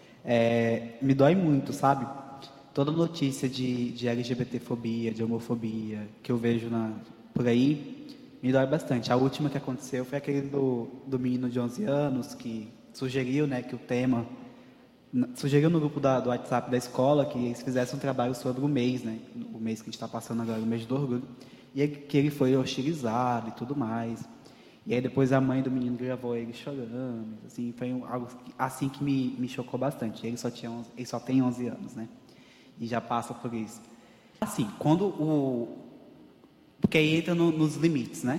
C: É, me dói muito, sabe? Toda notícia de, de LGBTfobia, de homofobia, que eu vejo na, por aí, me dói bastante. A última que aconteceu foi aquele do, do menino de onze anos, que sugeriu, né, que o tema... Sugeriu no grupo da, do WhatsApp da escola que eles fizessem um trabalho sobre o mês, né? O mês que a gente está passando agora, o mês do orgulho. E aí, que ele foi hostilizado e tudo mais. E aí depois a mãe do menino gravou ele chorando. Assim, foi um, algo assim que me, me chocou bastante. Ele só, tinha onze, ele só tem onze anos, né? E já passa por isso. Assim, quando o... Porque aí entra no, nos limites, né?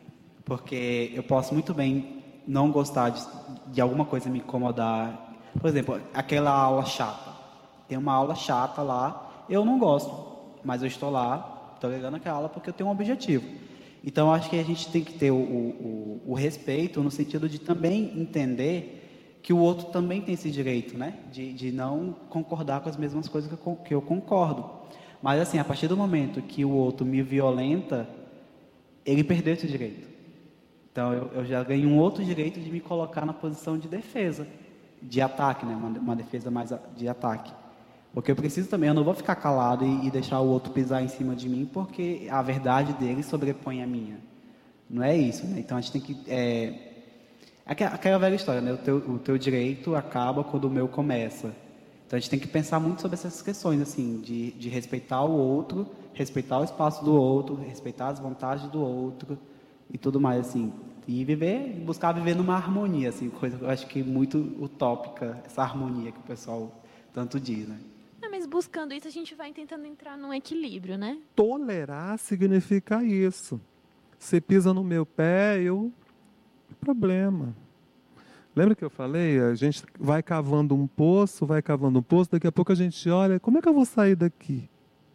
C: Porque eu posso muito bem não gostar de, de alguma coisa me incomodar. Por exemplo, aquela aula chata. Tem uma aula chata lá, eu não gosto, mas eu estou lá, estou ligando aquela aula porque eu tenho um objetivo. Então, acho que a gente tem que ter o, o, o respeito no sentido de também entender que o outro também tem esse direito, né? De, de não concordar com as mesmas coisas que eu, que eu concordo. Mas, assim, a partir do momento que o outro me violenta, ele perdeu esse direito. Então, eu, eu já ganho um outro direito de me colocar na posição de defesa. De ataque, né? Uma, uma defesa mais de ataque. Porque eu preciso também, eu não vou ficar calado e, e deixar o outro pisar em cima de mim porque a verdade dele sobrepõe a minha. Não é isso, né? Então a gente tem que... É, aquela, aquela velha história, né? O teu, o teu direito acaba quando o meu começa. Então a gente tem que pensar muito sobre essas questões, assim, de, de respeitar o outro, respeitar o espaço do outro, respeitar as vontades do outro e tudo mais, assim. E viver, buscar viver numa harmonia, assim, coisa que eu acho que muito utópica, essa harmonia que o pessoal tanto diz, né?
A: É, mas buscando isso, a gente vai tentando entrar num equilíbrio, né?
B: Tolerar significa isso. Você pisa no meu pé, eu... Problema. Lembra que eu falei? A gente vai cavando um poço, vai cavando um poço, daqui a pouco a gente olha, como é que eu vou sair daqui?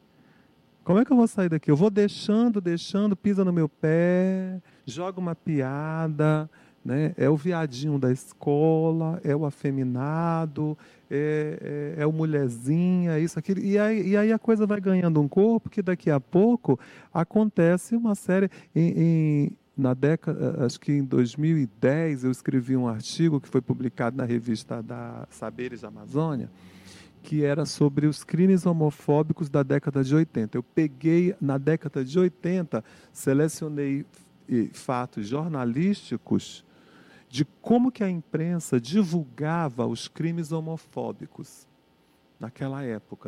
B: Como é que eu vou sair daqui? Eu vou deixando, deixando, pisa no meu pé, joga uma piada, né? É o viadinho da escola, é o afeminado, é, é, é o mulherzinha, isso, aquilo. E aí, e aí a coisa vai ganhando um corpo que daqui a pouco acontece uma série... Em, em, na década, acho que em dois mil e dez, eu escrevi um artigo que foi publicado na revista da Saberes da Amazônia, que era sobre os crimes homofóbicos da década de oitenta. Eu peguei, na década de oitenta, selecionei fatos jornalísticos de como que a imprensa divulgava os crimes homofóbicos naquela época.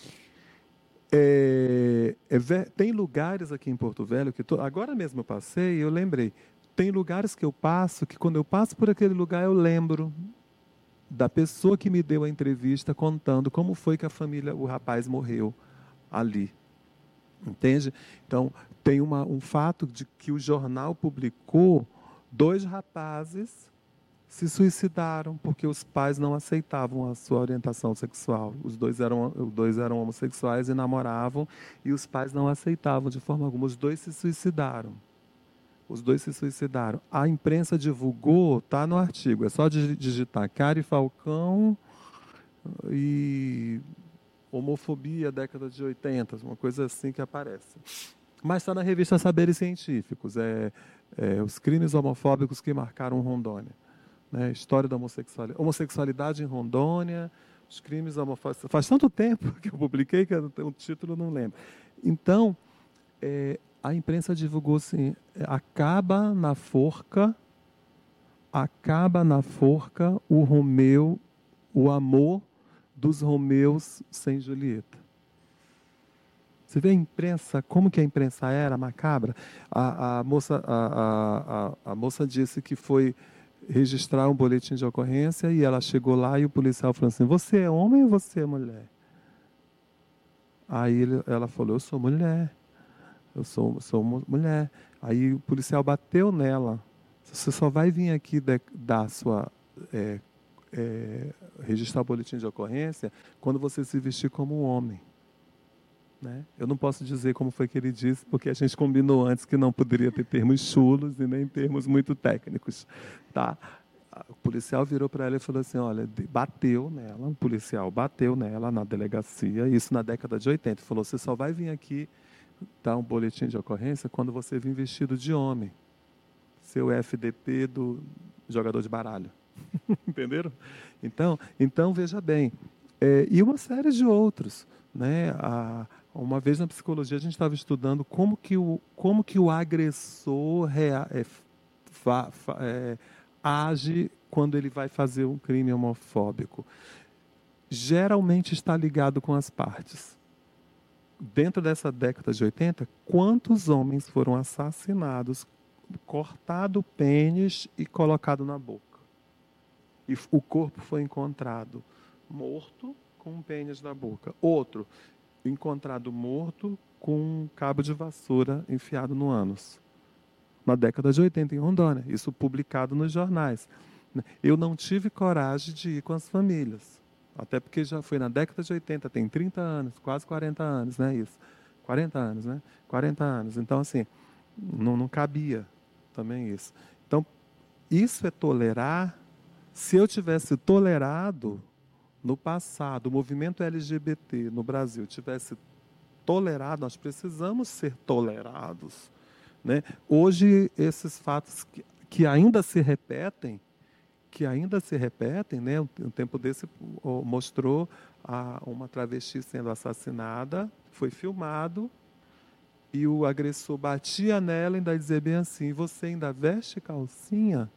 B: É, é, tem lugares aqui em Porto Velho, que tô, agora mesmo eu passei e eu lembrei, tem lugares que eu passo, que quando eu passo por aquele lugar eu lembro da pessoa que me deu a entrevista contando como foi que a família, o rapaz morreu ali. Entende? Então, tem uma, um fato de que o jornal publicou, dois rapazes se suicidaram porque os pais não aceitavam a sua orientação sexual. Os dois eram, os dois eram homossexuais e namoravam, e os pais não aceitavam de forma alguma. Os dois se suicidaram. Os dois se suicidaram. A imprensa divulgou, está no artigo, é só digitar Cari Falcão e homofobia, década de oitenta, uma coisa assim que aparece. Mas está na revista Saberes Científicos, é, é, os crimes homofóbicos que marcaram Rondônia. Né? História da homossexualidade, homossexualidade em Rondônia, os crimes homofóbicos. Faz tanto tempo que eu publiquei que o título não lembro. Então, é, a imprensa divulgou assim, acaba na forca, acaba na forca o Romeu, o amor dos Romeus sem Julieta. Você vê a imprensa, como que a imprensa era macabra? A, a, moça, a, a, a, a moça disse que foi registrar um boletim de ocorrência e ela chegou lá e o policial falou assim, você é homem ou você é mulher? Aí ele, ela falou, eu sou mulher. Eu sou, sou mulher. Aí o policial bateu nela. Você só vai vir aqui de, dar sua, é, é, registrar o boletim de ocorrência quando você se vestir como um homem. Né? Eu não posso dizer como foi que ele disse, porque a gente combinou antes que não poderia ter termos chulos e nem termos muito técnicos. Tá? O policial virou para ela e falou assim, olha, bateu nela, um policial bateu nela na delegacia, isso na década de oitenta. Falou, você só vai vir aqui dar um boletim de ocorrência quando você vir vestido de homem. Seu F D P do jogador de baralho. Entenderam? Então, então, veja bem. É, e uma série de outros. Né? A, uma vez na psicologia a gente estava estudando como que o, como que o agressor rea, é, fa, fa, é, age quando ele vai fazer um crime homofóbico. Geralmente está ligado com as partes. Dentro dessa década de oitenta, quantos homens foram assassinados, cortado o pênis e colocado na boca? E o corpo foi encontrado morto com um pênis na boca. Outro, encontrado morto com um cabo de vassoura enfiado no ânus. Na década de oitenta, em Rondônia. Isso publicado nos jornais. Eu não tive coragem de ir com as famílias. Até porque já foi na década de oitenta, tem trinta anos, quase quarenta anos, né? Isso. quarenta anos, né? quarenta anos. Então, assim, não, não cabia também isso. Então, isso é tolerar. Se eu tivesse tolerado no passado, o movimento L G B T no Brasil tivesse tolerado, nós precisamos ser tolerados. Né? Hoje, esses fatos que, que ainda se repetem, que ainda se repetem, né? Um tempo desse mostrou a, uma travesti sendo assassinada, foi filmado, e o agressor batia nela e ainda dizia bem assim, você ainda veste calcinha?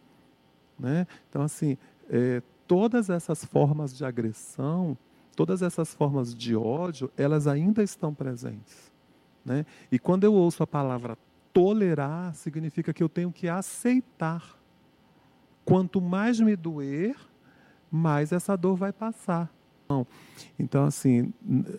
B: Né? Então, assim, é, todas essas formas de agressão, todas essas formas de ódio, elas ainda estão presentes. Né? E quando eu ouço a palavra tolerar, significa que eu tenho que aceitar. Quanto mais me doer, mais essa dor vai passar. Então, assim,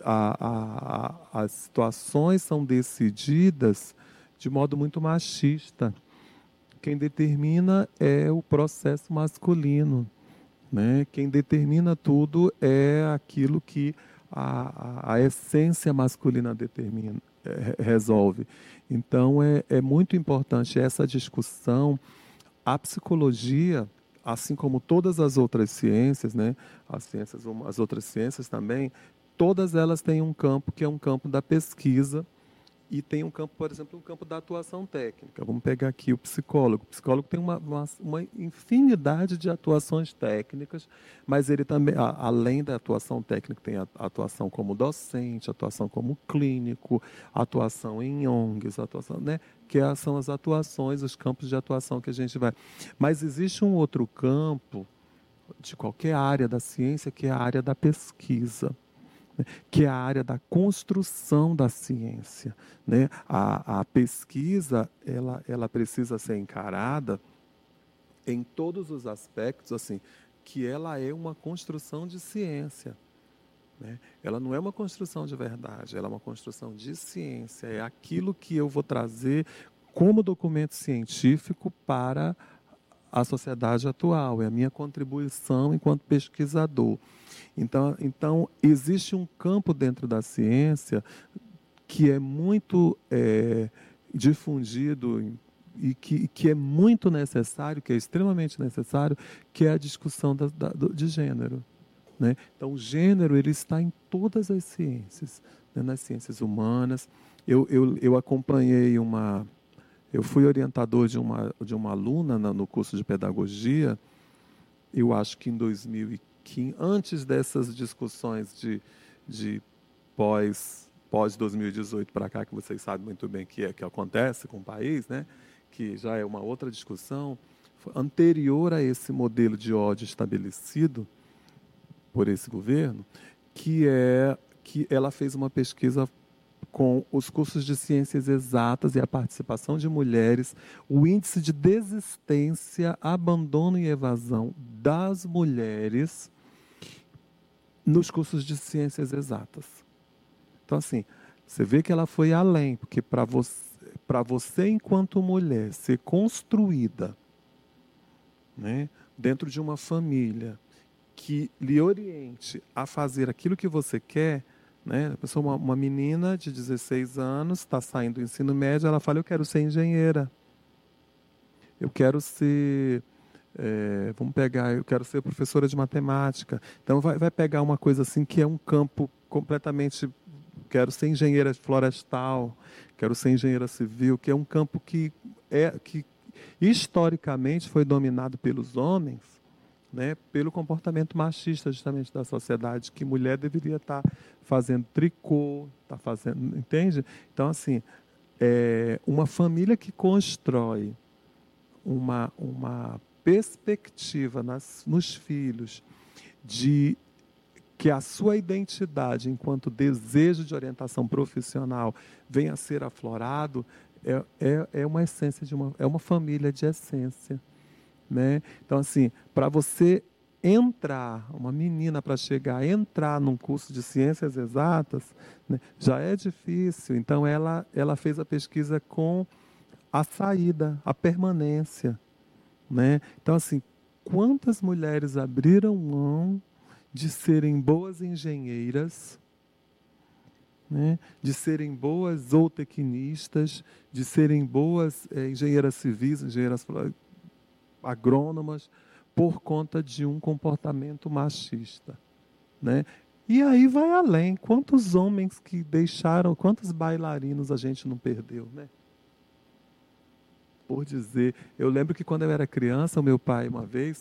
B: a, a, as situações são decididas de modo muito machista. Quem determina é o processo masculino. Né? Quem determina tudo é aquilo que a, a, a essência masculina determina, é, resolve. Então, é, é muito importante essa discussão. A psicologia, assim como todas as outras ciências, né, as ciências, as outras ciências também, todas elas têm um campo que é um campo da pesquisa e tem um campo, por exemplo, um campo da atuação técnica. Vamos pegar aqui o psicólogo. O psicólogo tem uma, uma, uma infinidade de atuações técnicas, mas ele também, a, além da atuação técnica, tem a, a atuação como docente, atuação como clínico, atuação em O N Gs, atuação, né? Que são as atuações, os campos de atuação que a gente vai. Mas existe um outro campo de qualquer área da ciência, que é a área da pesquisa, né? Que é a área da construção da ciência. Né? A, a pesquisa, ela, ela precisa ser encarada em todos os aspectos, assim, que ela é uma construção de ciência. Né? Ela não é uma construção de verdade, ela é uma construção de ciência. É aquilo que eu vou trazer como documento científico para a sociedade atual. É a minha contribuição enquanto pesquisador. Então, então existe um campo dentro da ciência que é muito é, difundido em e que, que é muito necessário, que é extremamente necessário, que é a discussão da, da, de gênero. Né? Então, o gênero ele está em todas as ciências, né? Nas ciências humanas. Eu, eu, eu acompanhei uma... Eu fui orientador de uma, de uma aluna no curso de pedagogia, eu acho que em dois mil e quinze, antes dessas discussões de, de pós, pós dois mil e dezoito para cá, que vocês sabem muito bem que, é, que acontece com o país, né? Que já é uma outra discussão, anterior a esse modelo de ódio estabelecido por esse governo, que é que ela fez uma pesquisa com os cursos de ciências exatas e a participação de mulheres, o índice de desistência, abandono e evasão das mulheres nos cursos de ciências exatas. Então, assim, você vê que ela foi além, porque para você, para você, enquanto mulher, ser construída, né, dentro de uma família que lhe oriente a fazer aquilo que você quer, né? A pessoa, uma, uma menina de dezesseis anos, está saindo do ensino médio, ela fala, eu quero ser engenheira. Eu quero ser, é, vamos pegar, eu quero ser professora de matemática. Então, vai, vai pegar uma coisa assim que é um campo completamente, quero ser engenheira florestal, quero ser engenheira civil, que é um campo que, é, que historicamente foi dominado pelos homens, né, pelo comportamento machista justamente da sociedade, que mulher deveria estar fazendo tricô, tá fazendo, entende? Então, assim, é uma família que constrói uma, uma perspectiva nas, nos filhos de que a sua identidade enquanto desejo de orientação profissional venha a ser aflorado, é, é, é uma essência de uma, é uma família de essência. Né? Então, assim, para você entrar, uma menina para chegar, entrar num curso de ciências exatas, né, já é difícil. Então, ela, ela fez a pesquisa com a saída, a permanência. Né? Então, assim, quantas mulheres abriram mão de serem boas engenheiras, né, de serem boas zootecnistas, de serem boas é, engenheiras civis, engenheiras agrônomas, por conta de um comportamento machista, né? E aí vai além. Quantos homens que deixaram, quantos bailarinos a gente não perdeu, né? Por dizer, eu lembro que quando eu era criança, o meu pai uma vez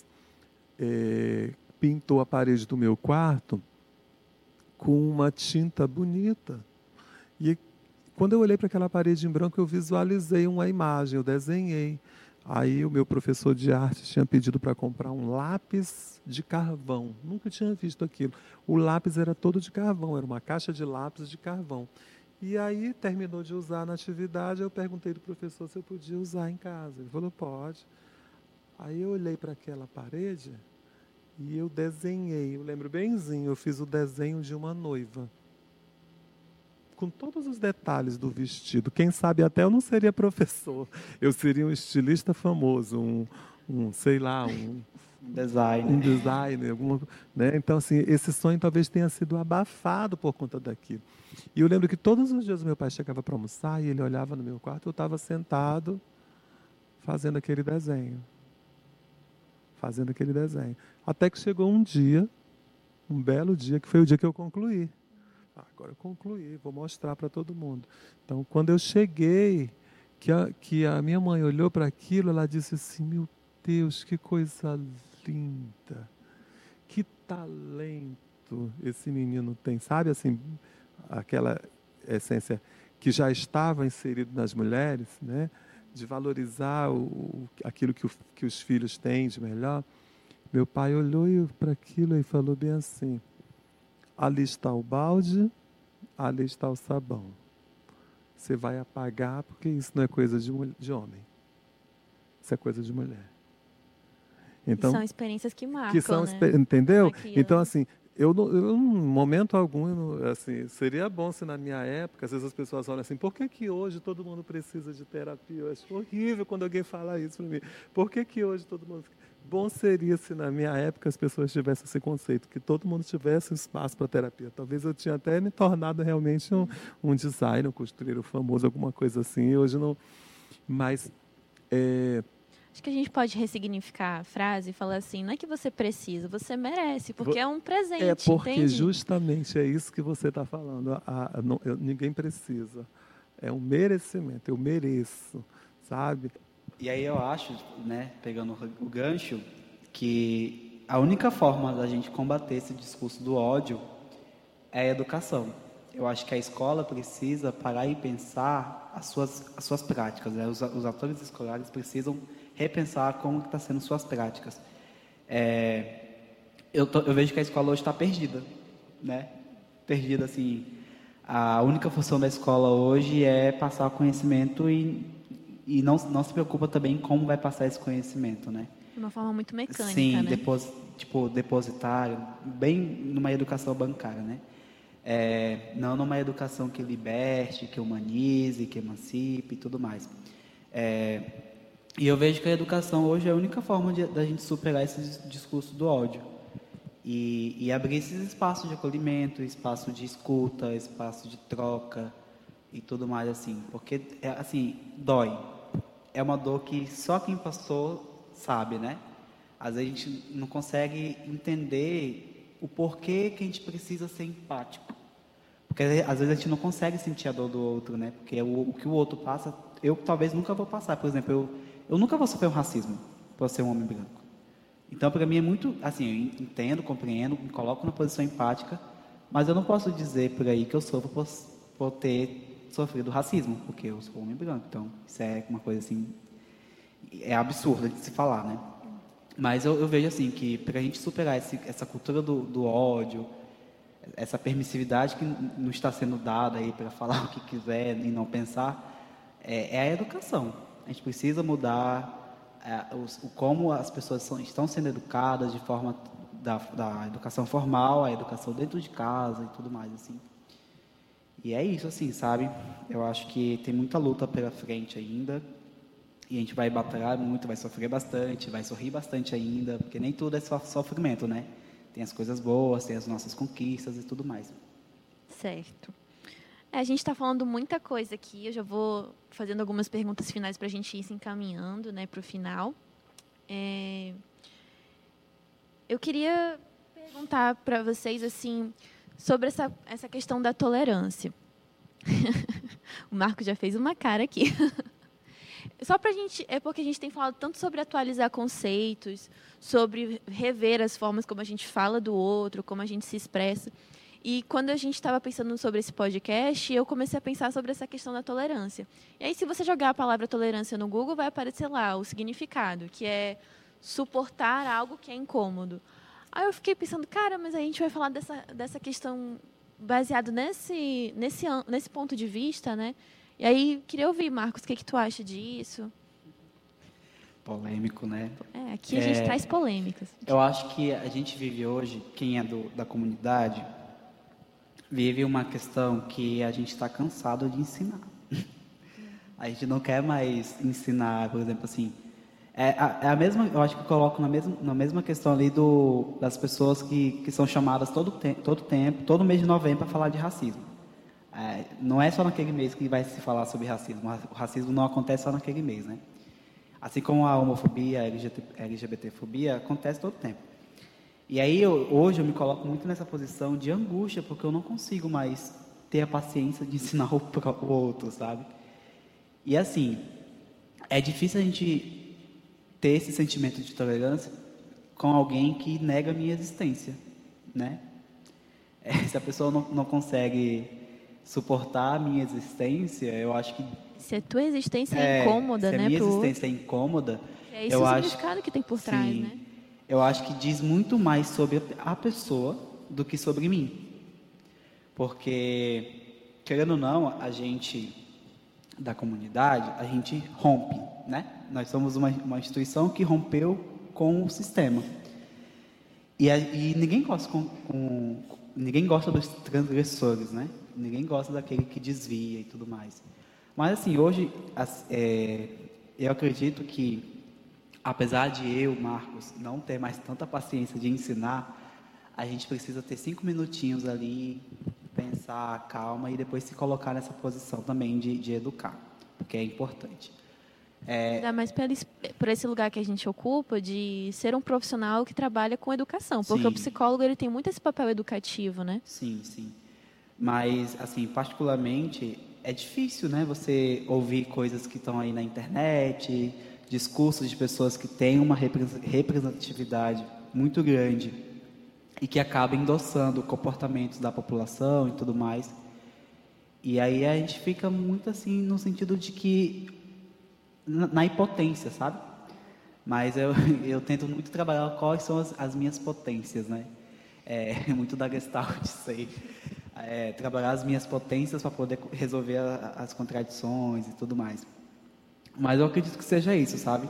B: é, pintou a parede do meu quarto com uma tinta bonita. E quando eu olhei para aquela parede em branco, eu visualizei uma imagem, eu desenhei. Aí o meu professor de arte tinha pedido para comprar um lápis de carvão. Nunca tinha visto aquilo. O lápis era todo de carvão, era uma caixa de lápis de carvão. E aí terminou de usar na atividade, eu perguntei do professor se eu podia usar em casa. Ele falou, pode. Aí eu olhei para aquela parede e eu desenhei, eu lembro benzinho, eu fiz o desenho de uma noiva. Com todos os detalhes do vestido. Quem sabe até eu não seria professor. Eu seria um estilista famoso, um, um sei lá, um
C: designer.
B: Um designer alguma, né? Então, assim, esse sonho talvez tenha sido abafado por conta daquilo. E eu lembro que todos os dias meu pai chegava para almoçar e ele olhava no meu quarto, eu estava sentado fazendo aquele desenho. Fazendo aquele desenho. Até que chegou um dia, um belo dia, que foi o dia que eu concluí. Agora eu concluí, vou mostrar para todo mundo. Então, quando eu cheguei, que a, que a minha mãe olhou para aquilo, ela disse assim, meu Deus, que coisa linda, que talento esse menino tem. Sabe, assim, aquela essência que já estava inserida nas mulheres, né, de valorizar o, aquilo que, o, que os filhos têm de melhor. Meu pai olhou para aquilo e falou bem assim, ali está o balde, ali está o sabão. Você vai apagar, porque isso não é coisa de, de homem. Isso é coisa de mulher. Então,
A: e são experiências que marcam,
B: que são,
A: né?
B: entendeu?
A: Aquilo.
B: Então, assim, eu, eu em momento algum, eu, assim, seria bom se na minha época, às vezes as pessoas olham assim, por que que hoje todo mundo precisa de terapia? Eu acho horrível quando alguém fala isso para mim. Por que que hoje todo mundo... Bom seria se na minha época as pessoas tivessem esse conceito, que todo mundo tivesse um espaço para terapia. Talvez eu tinha até me tornado realmente um, um designer, um costureiro famoso, alguma coisa assim. Hoje não... Mas É,
A: Acho que a gente pode ressignificar a frase e falar assim, não é que você precisa, você merece, porque é um presente,
B: é porque
A: entende?
B: justamente é isso que você está falando. A- a- não- eu- ninguém precisa. É um merecimento, eu mereço, sabe?
C: E aí eu acho, né, pegando o gancho, que a única forma da gente combater esse discurso do ódio é a educação. Eu acho que a escola precisa parar e pensar as suas, as suas práticas, né? Os, os atores escolares precisam repensar como está sendo suas práticas. É, eu, tô- eu vejo que a escola hoje está perdida, né? Perdida, assim. A única função da escola hoje é passar o conhecimento e, e não, não se preocupa também em como vai passar esse conhecimento, né?
A: De uma forma muito mecânica,
C: Sim,
A: né?
C: depos, tipo, depositário, bem numa educação bancária, né? É, não numa educação que liberte, que humanize, que emancipe e tudo mais. É, e eu vejo que a educação hoje é a única forma de, da gente superar esse discurso do ódio. E, e abrir esses espaços de acolhimento, espaço de escuta, espaço de troca e tudo mais assim. Porque, é, assim, dói. É uma dor que só quem passou sabe, né? Às vezes a gente não consegue entender o porquê que a gente precisa ser empático. Porque às vezes a gente não consegue sentir a dor do outro, né? Porque o, o que o outro passa, eu talvez nunca vou passar. Por exemplo, eu, eu nunca vou sofrer um racismo por ser um homem branco. Então, para mim é muito, assim, eu entendo, compreendo, me coloco na posição empática, mas eu não posso dizer por aí que eu sofro por, por ter sofrido racismo, porque eu sou homem branco. Então, isso é uma coisa, assim, é absurdo de se falar, né? Mas eu, eu vejo, assim, que para a gente superar esse, essa cultura do, do ódio, essa permissividade que não está sendo dada aí para falar o que quiser e não pensar, é, é a educação. A gente precisa mudar é, os, o como as pessoas são, estão sendo educadas de forma da, da educação formal, a educação dentro de casa e tudo mais, assim. E é isso, assim, sabe? Eu acho que tem muita luta pela frente ainda, e a gente vai batalhar muito, vai sofrer bastante, vai sorrir bastante ainda, porque nem tudo é só sofrimento, né? Tem as coisas boas, tem as nossas conquistas e tudo mais.
A: Certo. É, a gente está falando muita coisa aqui, eu já vou fazendo algumas perguntas finais para a gente ir se encaminhando, né, para o final. É... Eu queria perguntar para vocês, assim, sobre essa, essa questão da tolerância. O Marco já fez uma cara aqui. Só para a gente, é porque a gente tem falado tanto sobre atualizar conceitos, sobre rever as formas como a gente fala do outro, como a gente se expressa. E quando a gente estava pensando sobre esse podcast, eu comecei a pensar sobre essa questão da tolerância. E aí, se você jogar a palavra tolerância no Google, vai aparecer lá o significado, que é suportar algo que é incômodo. Aí eu fiquei pensando, cara, mas a gente vai falar dessa, dessa questão baseado nesse, nesse, nesse ponto de vista, né? E aí, queria ouvir, Marcos, o que, que tu acha disso?
C: Polêmico, né?
A: É, aqui a gente
C: É,
A: traz polêmicas.
C: Eu acho que a gente vive hoje, quem é do, da comunidade, vive uma questão que a gente está cansado de ensinar. A gente não quer mais ensinar, por exemplo, assim... É a, é a mesma, eu acho que eu coloco na mesma, na mesma questão ali do, das pessoas que, que são chamadas todo, te, todo tempo, todo mês de novembro para falar de racismo. É, não é só naquele mês que vai se falar sobre racismo. O racismo não acontece só naquele mês, né? Assim como a homofobia, a LGBTfobia, acontece todo tempo. E aí, eu, hoje, eu me coloco muito nessa posição de angústia, porque eu não consigo mais ter a paciência de ensinar o, o outro, sabe? E assim, é difícil a gente ter esse sentimento de tolerância com alguém que nega a minha existência, né? É, se a pessoa não, não consegue suportar a minha existência, eu acho que...
A: Se a tua existência
C: é,
A: é incômoda,
C: se
A: né,
C: a minha
A: pro
C: existência
A: outro,
C: é incômoda,
A: é esse
C: eu
A: o
C: acho,
A: significado que tem por trás,
C: sim,
A: né?
C: eu acho que diz muito mais sobre a pessoa do que sobre mim. Porque, querendo ou não, a gente da comunidade, a gente rompe, né? Nós somos uma, uma instituição que rompeu com o sistema. E, a, e ninguém gosta com, com, ninguém gosta dos transgressores, né? Ninguém gosta daquele que desvia e tudo mais. Mas assim, hoje as, é, eu acredito que, apesar de eu, Marcos, não ter mais tanta paciência de ensinar, a gente precisa ter cinco minutinhos ali, pensar, calma, e depois se colocar nessa posição também de, de educar, porque é importante. É...
A: Ainda mais pelo, por esse lugar que a gente ocupa, de ser um profissional que trabalha com educação. Porque sim. O psicólogo ele tem muito esse papel educativo, né?
C: Sim, sim. Mas, assim, particularmente, é difícil, né? Você ouvir coisas que estão aí na internet, discursos de pessoas que têm uma representatividade muito grande e que acabam endossando comportamentos da população e tudo mais. E aí a gente fica muito assim no sentido de que na impotência, sabe? Mas eu, eu tento muito trabalhar quais são as, as minhas potências, né? É muito da Gestalt, sei. É, trabalhar as minhas potências para poder resolver a, as contradições e tudo mais. Mas eu acredito que seja isso, sabe?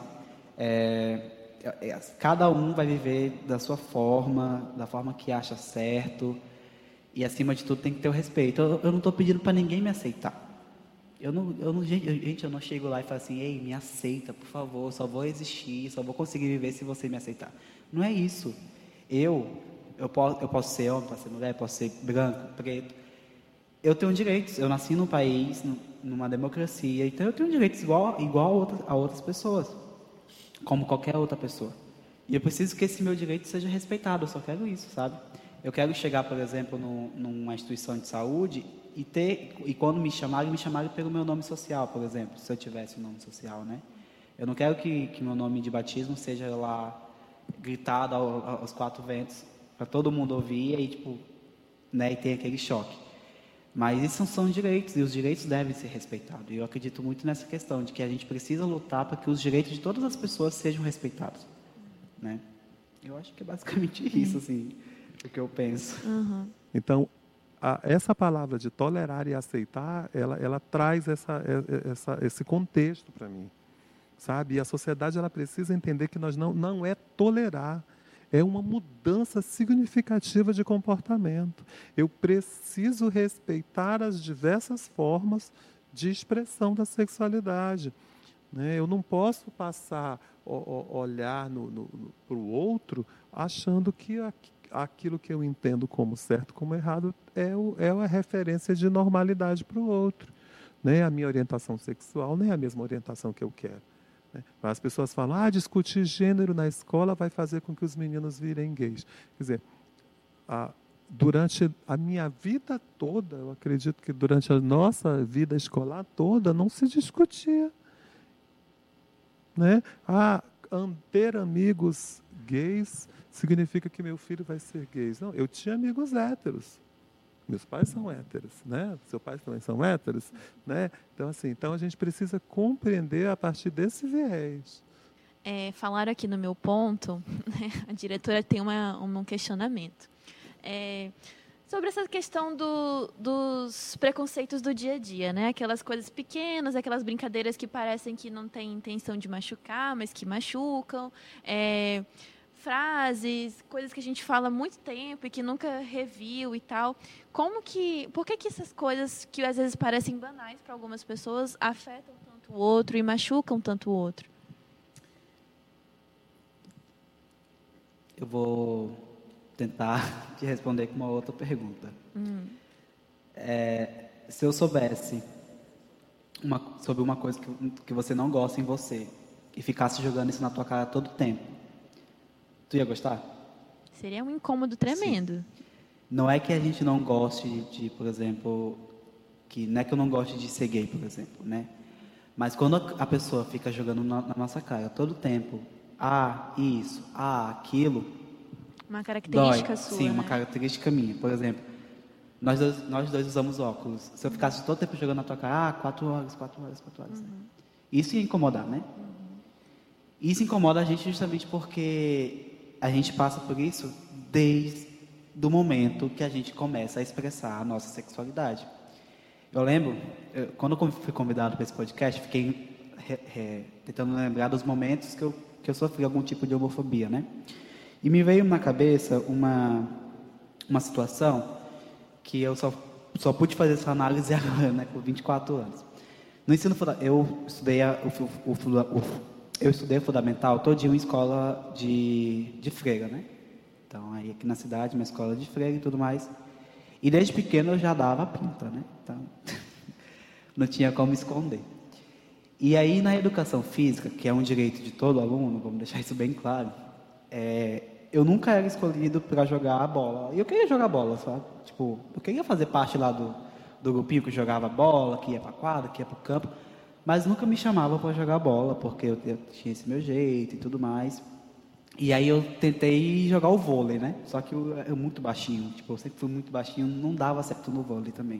C: É, é, cada um vai viver da sua forma, da forma que acha certo. E, acima de tudo, tem que ter o respeito. Eu, eu não estou pedindo para ninguém me aceitar. Eu não, eu não, gente, eu não chego lá e falo assim, ei, me aceita, por favor, só vou existir, só vou conseguir viver se você me aceitar. Não é isso. Eu, eu, posso, eu posso ser homem, posso ser mulher, posso ser branco, preto. Eu tenho direitos. Eu nasci num país, numa democracia, então eu tenho direitos igual, igual a, outras, a outras pessoas, como qualquer outra pessoa. E eu preciso que esse meu direito seja respeitado, eu só quero isso, sabe? Eu quero chegar, por exemplo, no, numa instituição de saúde e ter, e quando me chamarem, me chamarem pelo meu nome social, por exemplo, se eu tivesse um nome social, né? Eu não quero que, que meu nome de batismo seja lá gritado ao, aos quatro ventos para todo mundo ouvir e tipo, né, e ter aquele choque. Mas isso são direitos e os direitos devem ser respeitados. E eu acredito muito nessa questão de que a gente precisa lutar para que os direitos de todas as pessoas sejam respeitados, né? Eu acho que é basicamente isso, assim, o que eu penso.
A: Uhum.
B: Então, a, essa palavra de tolerar e aceitar, ela, ela traz essa, essa, esse contexto para mim, sabe? E a sociedade ela precisa entender que nós não, não é tolerar, é uma mudança significativa de comportamento. Eu preciso respeitar as diversas formas de expressão da sexualidade, né? Eu não posso passar o, o, olhar no, no, no, para o outro achando que a, aquilo que eu entendo como certo, como errado, é, o, é a referência de normalidade para o outro. Nem a minha orientação sexual, nem a mesma orientação que eu quero. As pessoas falam, ah, discutir gênero na escola vai fazer com que os meninos virem gays. Quer dizer, a, durante a minha vida toda, eu acredito que durante a nossa vida escolar toda, não se discutia. Né? Ah, ter amigos gays significa que meu filho vai ser gay. Não, eu tinha amigos héteros. Meus pais são héteros, né? Seus pais também são héteros, né? Então, assim, então a gente precisa compreender a partir desse viés.
A: É, falaram aqui no meu ponto, né? A diretora tem uma, um questionamento. É, sobre essa questão do, dos preconceitos do dia a dia, né? Aquelas coisas pequenas, aquelas brincadeiras que parecem que não têm intenção de machucar, mas que machucam. É, frases, coisas que a gente fala há muito tempo e que nunca reviu e tal. Como que, por que que essas coisas que às vezes parecem banais para algumas pessoas afetam tanto o outro e machucam tanto o outro?
C: Eu vou tentar te responder com uma outra pergunta.
A: Hum.
C: É, se eu soubesse uma, sobre uma coisa que, que você não gosta em você e ficasse jogando isso na tua cara todo o tempo, tu ia gostar?
A: Seria um incômodo tremendo.
C: Sim. Não é que a gente não goste de, de, por exemplo, que não é que eu não goste de ser gay, por exemplo, né? Mas quando a pessoa fica jogando na, na nossa cara todo o tempo, ah, isso, ah, aquilo,
A: uma característica
C: dói.
A: sua,
C: Sim,
A: né?
C: uma característica minha. Por exemplo, nós dois, nós dois usamos óculos. Se eu ficasse todo o tempo jogando na tua cara, ah, quatro horas, quatro horas, quatro horas. Uhum. Isso ia incomodar, né? Uhum. Isso incomoda a gente justamente porque a gente passa por isso desde o momento que a gente começa a expressar a nossa sexualidade. Eu lembro, eu, quando eu fui convidado para esse podcast, fiquei re, re, tentando lembrar dos momentos que eu, que eu sofri algum tipo de homofobia, né? E me veio na cabeça uma, uma situação que eu só, só pude fazer essa análise agora, né, com vinte e quatro anos. No ensino fundamental, eu estudei a, o, o, o, o Eu estudei fundamental todinho em escola de, de freira, né? Então, aí aqui na cidade, uma escola de freira e tudo mais. E desde pequeno eu já dava pinta, né? Então, não tinha como esconder. E aí, na educação física, que é um direito de todo aluno, vamos deixar isso bem claro, é, eu nunca era escolhido para jogar a bola. E eu queria jogar bola, sabe? Tipo, eu queria fazer parte lá do, do grupinho que jogava bola, que ia para a quadra, que ia para o campo, mas nunca me chamava para jogar bola, porque eu, eu tinha esse meu jeito e tudo mais. E aí eu tentei jogar o vôlei, né? Só que eu era muito baixinho, tipo, eu sempre fui muito baixinho, não dava certo no vôlei também.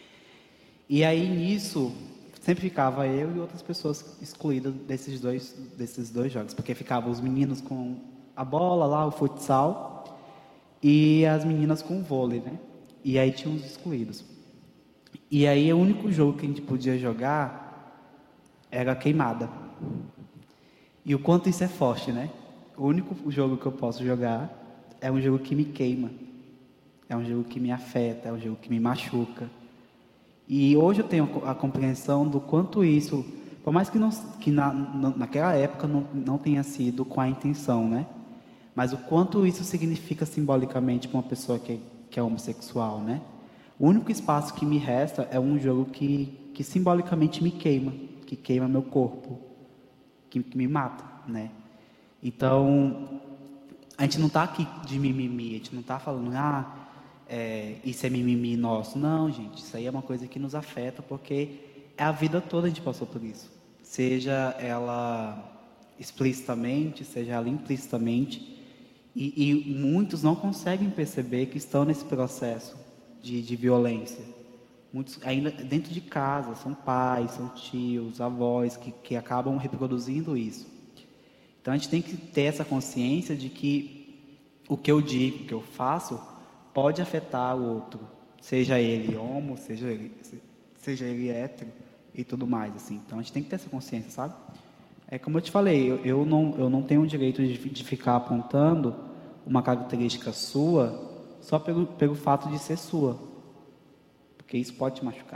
C: E aí, nisso, sempre ficava eu e outras pessoas excluídas desses dois, desses dois jogos, porque ficavam os meninos com a bola lá, o futsal, e as meninas com o vôlei, né? E aí tinha uns excluídos. E aí o único jogo que a gente podia jogar era queimada. E o quanto isso é forte, né? O único jogo que eu posso jogar é um jogo que me queima, é um jogo que me afeta, é um jogo que me machuca. E hoje eu tenho a compreensão do quanto isso, por mais que, não, que na, naquela época não, não tenha sido com a intenção, né? Mas o quanto isso significa simbolicamente para uma pessoa que, que é homossexual, né? O único espaço que me resta é um jogo que, que simbolicamente me queima, que queima meu corpo, que, que me mata, né? Então, a gente não está aqui de mimimi, a gente não está falando, ah, é, isso é mimimi nosso. Não, gente, isso aí é uma coisa que nos afeta, porque é a vida toda a gente passou por isso. Seja ela explicitamente, seja ela implicitamente. E, e muitos não conseguem perceber que estão nesse processo de, de violência. Muitos ainda dentro de casa, são pais, são tios, avós, que, que acabam reproduzindo isso. Então, a gente tem que ter essa consciência de que o que eu digo, o que eu faço, pode afetar o outro, seja ele homo, seja ele, seja ele hétero e tudo mais, assim. Então, a gente tem que ter essa consciência, sabe? É como eu te falei, eu, eu, não, eu não tenho o direito de, de ficar apontando uma característica sua só pelo, pelo fato de ser sua, porque isso pode te machucar.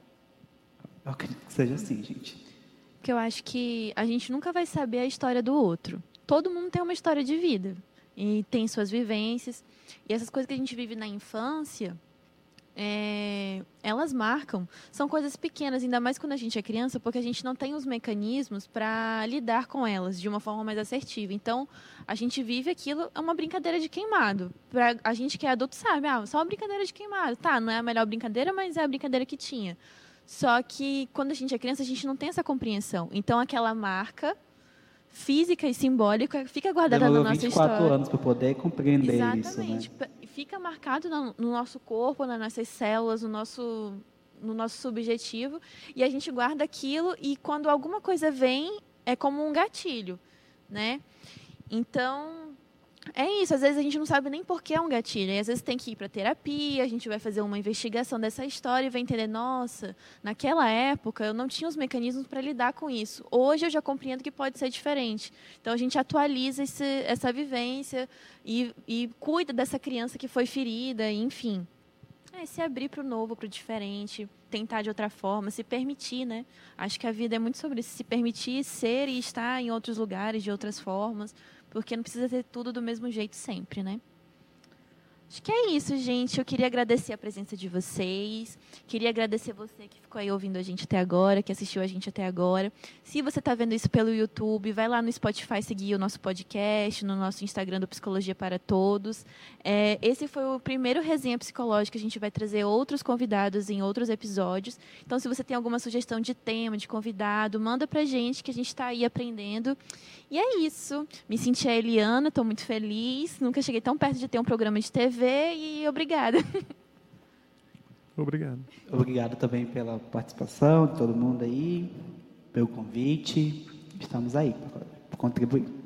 C: Eu acredito que seja assim, gente.
A: Porque eu acho que a gente nunca vai saber a história do outro. Todo mundo tem uma história de vida e tem suas vivências. E essas coisas que a gente vive na infância, é, elas marcam. São coisas pequenas, ainda mais quando a gente é criança, porque a gente não tem os mecanismos para lidar com elas de uma forma mais assertiva. Então, a gente vive aquilo, é uma brincadeira de queimado. Pra, a gente que é adulto sabe, ah, só uma brincadeira de queimado. Tá, não é a melhor brincadeira, mas é a brincadeira que tinha. Só que, quando a gente é criança, a gente não tem essa compreensão. Então, aquela marca física e simbólica fica guardada
C: Demorou
A: na nossa
C: vinte e quatro
A: história.
C: anos para poder compreender
A: Exatamente.
C: isso, né?
A: Fica marcado no, no nosso corpo, nas nossas células, no nosso, no nosso subjetivo. E a gente guarda aquilo e, quando alguma coisa vem, é como um gatilho, né? Então... é isso, às vezes a gente não sabe nem por que é um gatilho, e às vezes tem que ir para terapia, a gente vai fazer uma investigação dessa história e vai entender, nossa, naquela época eu não tinha os mecanismos para lidar com isso. Hoje eu já compreendo que pode ser diferente. Então a gente atualiza esse, essa vivência e, e cuida dessa criança que foi ferida, enfim. É, se abrir para o novo, para o diferente, tentar de outra forma, se permitir, né? Acho que a vida é muito sobre isso, se permitir ser e estar em outros lugares, de outras formas, porque não precisa ter tudo do mesmo jeito sempre, né? Acho que é isso, gente. Eu queria agradecer a presença de vocês. Queria agradecer você que ficou aí ouvindo a gente até agora, que assistiu a gente até agora. Se você está vendo isso pelo YouTube, vai lá no Spotify seguir o nosso podcast, no nosso Instagram do Psicologia para Todos. É, esse foi o primeiro Resenha Psicológica. A gente vai trazer outros convidados em outros episódios. Então, se você tem alguma sugestão de tema, de convidado, manda pra gente, que a gente está aí aprendendo. E é isso. Me senti a Eliana, estou muito feliz. Nunca cheguei tão perto de ter um programa de T V e obrigada.
B: Obrigado.
C: Obrigado também pela participação de todo mundo aí, pelo convite. Estamos aí para contribuir.